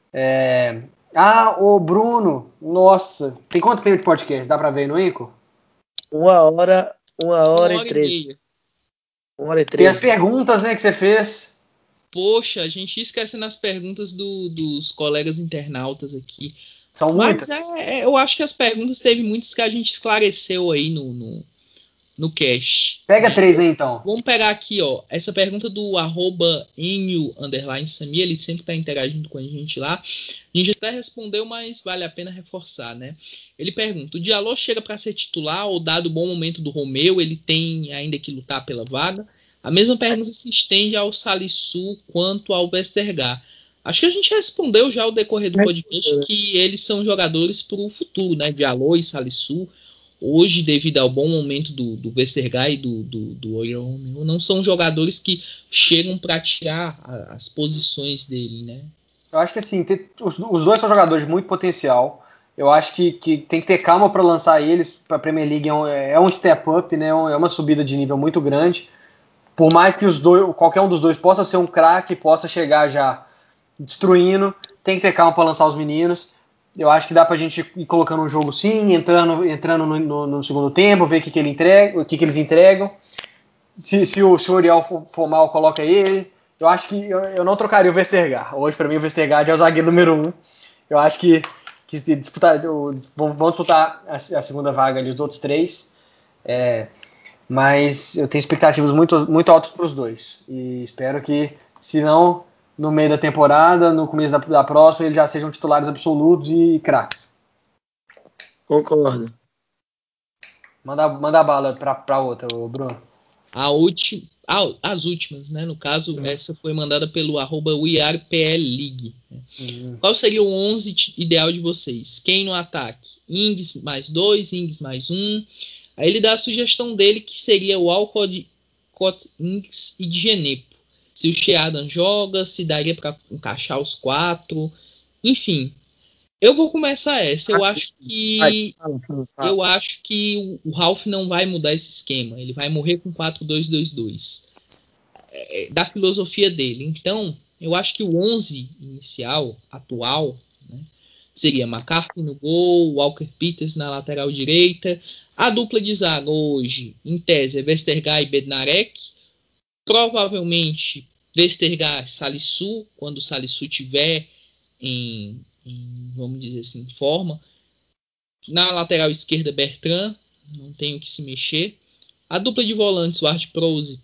O Bruno, nossa, tem quanto tempo de podcast? Dá pra ver no Enco? 1 hora, 1 hora Uma e hora e 13. meia. 1 hora e Tem as 13. perguntas, né, que você fez. Poxa, a gente ia esquecendo as perguntas dos colegas internautas aqui. São Mas muitas. eu acho que as perguntas teve muitas que a gente esclareceu aí no cast. Pega 3 aí, então. Vamos pegar aqui, ó, essa pergunta do @Enio_Samir, ele sempre tá interagindo com a gente lá. A gente até respondeu, mas vale a pena reforçar, né? Ele pergunta, o Diallo chega para ser titular ou dado o bom momento do Romeu, ele tem ainda que lutar pela vaga? A mesma pergunta se estende ao Salisu quanto ao Westergaard. Acho que a gente respondeu já ao decorrer do podcast que eles são jogadores para o futuro, né? Diallo e Salisu. Hoje, devido ao bom momento do Vestergaard e do Oriol Romeu, não são jogadores que chegam para tirar as posições dele, né? Eu acho que assim, os dois são jogadores de muito potencial. Eu acho que tem que ter calma para lançar eles para a Premier League. É um step up, né? É uma subida de nível muito grande. Por mais que qualquer um dos dois possa ser um craque, possa chegar já destruindo, tem que ter calma para lançar os meninos. Eu acho que dá pra gente ir colocando um jogo sim, entrando no segundo tempo, ver o que eles entregam. Se o Oriol for mal, coloca ele. Eu acho que eu não trocaria o Vestergaard. Hoje, para mim, o Vestergaard é o zagueiro número 1. Eu acho que vão disputar a segunda vaga ali, os outros três. Mas eu tenho expectativas muito, muito altas para os dois. E espero que, se não, no meio da temporada, no começo da próxima, eles já sejam titulares absolutos e craques. Concordo. Manda a bala para outra, Bruno. As últimas, né? No caso, essa foi mandada pelo @WeArePLLeague. Qual seria o 11 ideal de vocês? Quem no ataque? Ings mais 2, Ings mais 1. Aí ele dá a sugestão dele que seria o Alcott, Ings e Djenepo. Se o Sheadan joga, se daria para encaixar os 4. Enfim, eu vou começar essa. Eu acho que o Ralf não vai mudar esse esquema. Ele vai morrer com 4-2-2-2. Da filosofia dele. Então, eu acho que o 11 inicial, atual, né, seria McCarthy no gol, Walker Peters na lateral direita. A dupla de zaga hoje, em tese, é Vestergaard e Bednarek. Provavelmente Vestergaard, Salisu, quando o Salisu tiver vamos dizer assim, forma. Na lateral esquerda, Bertrand, não tem o que se mexer. A dupla de volantes, Ward-Prowse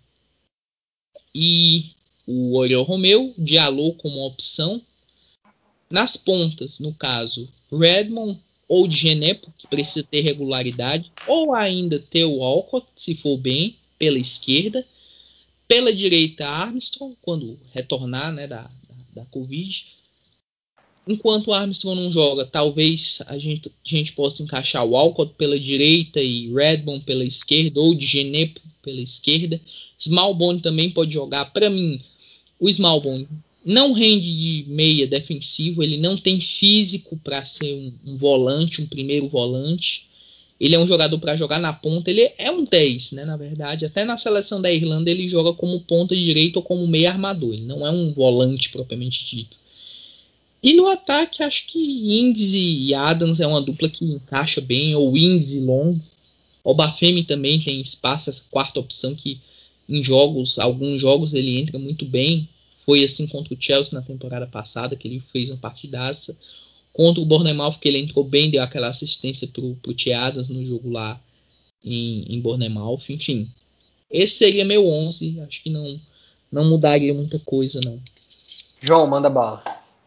e o Oriol Romeu, Diallo como opção. Nas pontas, no caso, Redmond ou Djenepo, que precisa ter regularidade, ou ainda ter o Alcott, se for bem, pela esquerda. Pela direita, Armstrong, quando retornar, né, da Covid. Enquanto o Armstrong não joga, talvez a gente possa encaixar o Alcott pela direita e Redmond pela esquerda, ou Djenepo pela esquerda. Smallbone também pode jogar. Para mim, o Smallbone não rende de meia defensivo, ele não tem físico para ser um volante, um primeiro volante. Ele é um jogador para jogar na ponta, ele é um 10, né, na verdade. Até na seleção da Irlanda ele joga como ponta direita ou como meio armador, ele não é um volante propriamente dito. E no ataque, acho que Ings e Adams é uma dupla que encaixa bem, ou Ings e Long. O Bafemi também tem espaço, essa quarta opção que em alguns jogos ele entra muito bem. Foi assim contra o Chelsea na temporada passada, que ele fez uma partidaça. Contra o Bournemouth, que ele entrou bem, deu aquela assistência pro Adams no jogo lá em Bournemouth. Enfim, esse seria meu 11. Acho que não mudaria muita coisa, não. João, manda bala.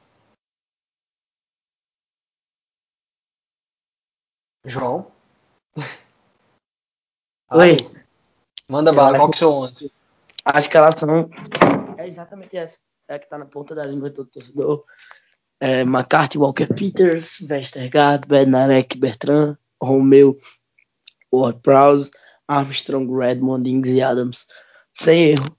João? Oi. Manda bala, qual que é o seu 11? Acho que elas são. É exatamente essa. É a que tá na ponta da língua do torcedor. McCarthy, Walker Peters, Vestergaard, Bednarek, Bertrand, Romeu, Ward-Prowse, Armstrong, Redmond, Ings e Adams. Sem erro.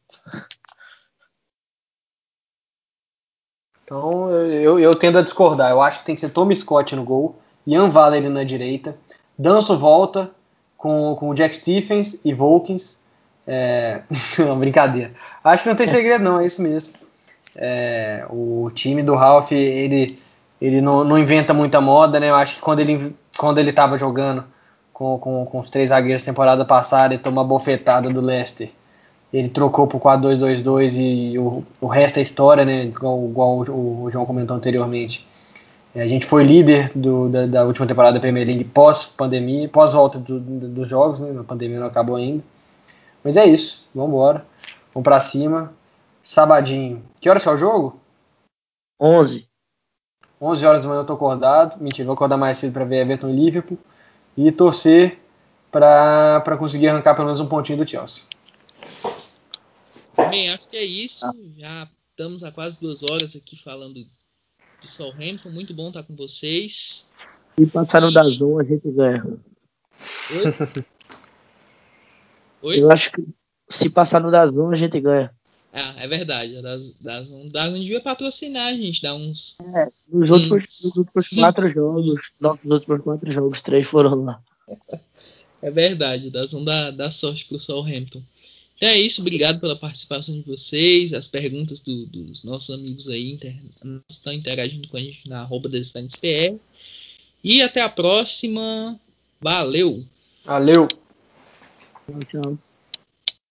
Então, eu tendo a discordar. Eu acho que tem que ser Tommy Scott no gol, Ian Valery na direita, Danso volta com o Jack Stephens e Volkins. Não, brincadeira. Acho que não tem segredo não, é isso mesmo. O time do Ralph, ele não inventa muita moda, né? Eu acho que quando ele tava jogando com os três zagueiros temporada passada e tomou uma bofetada do Leicester, ele trocou pro 4-2-2-2 e o resto é história, né? Igual o João comentou anteriormente. A gente foi líder da última temporada da Premier League pós-pandemia, pós-volta dos jogos, né? A pandemia não acabou ainda. Mas é isso, vamos embora. Vamos pra cima. Sabadinho. Que horas que é o jogo? 11. 11 horas da manhã eu tô acordado. Mentira, vou acordar mais cedo pra ver Everton e Liverpool. E torcer pra conseguir arrancar pelo menos um pontinho do Chelsea. Bem, acho que é isso. Já Estamos há quase 2 horas aqui falando de Southampton. Muito bom estar com vocês. Se passar no DAZN, a gente ganha. Oi? Oi? Eu acho que se passar no DAZN, a gente ganha. Ah, é verdade. Não devia patrocinar a gente, dar uns. Nos últimos 4 jogos, nossos últimos 4 jogos, 3 foram lá. É verdade, dá sorte pro Southampton. Então é isso, obrigado pela participação de vocês, as perguntas dos nossos amigos aí estão interagindo com a gente na @destanespr. E até a próxima. Valeu! Valeu! Tchau, tchau.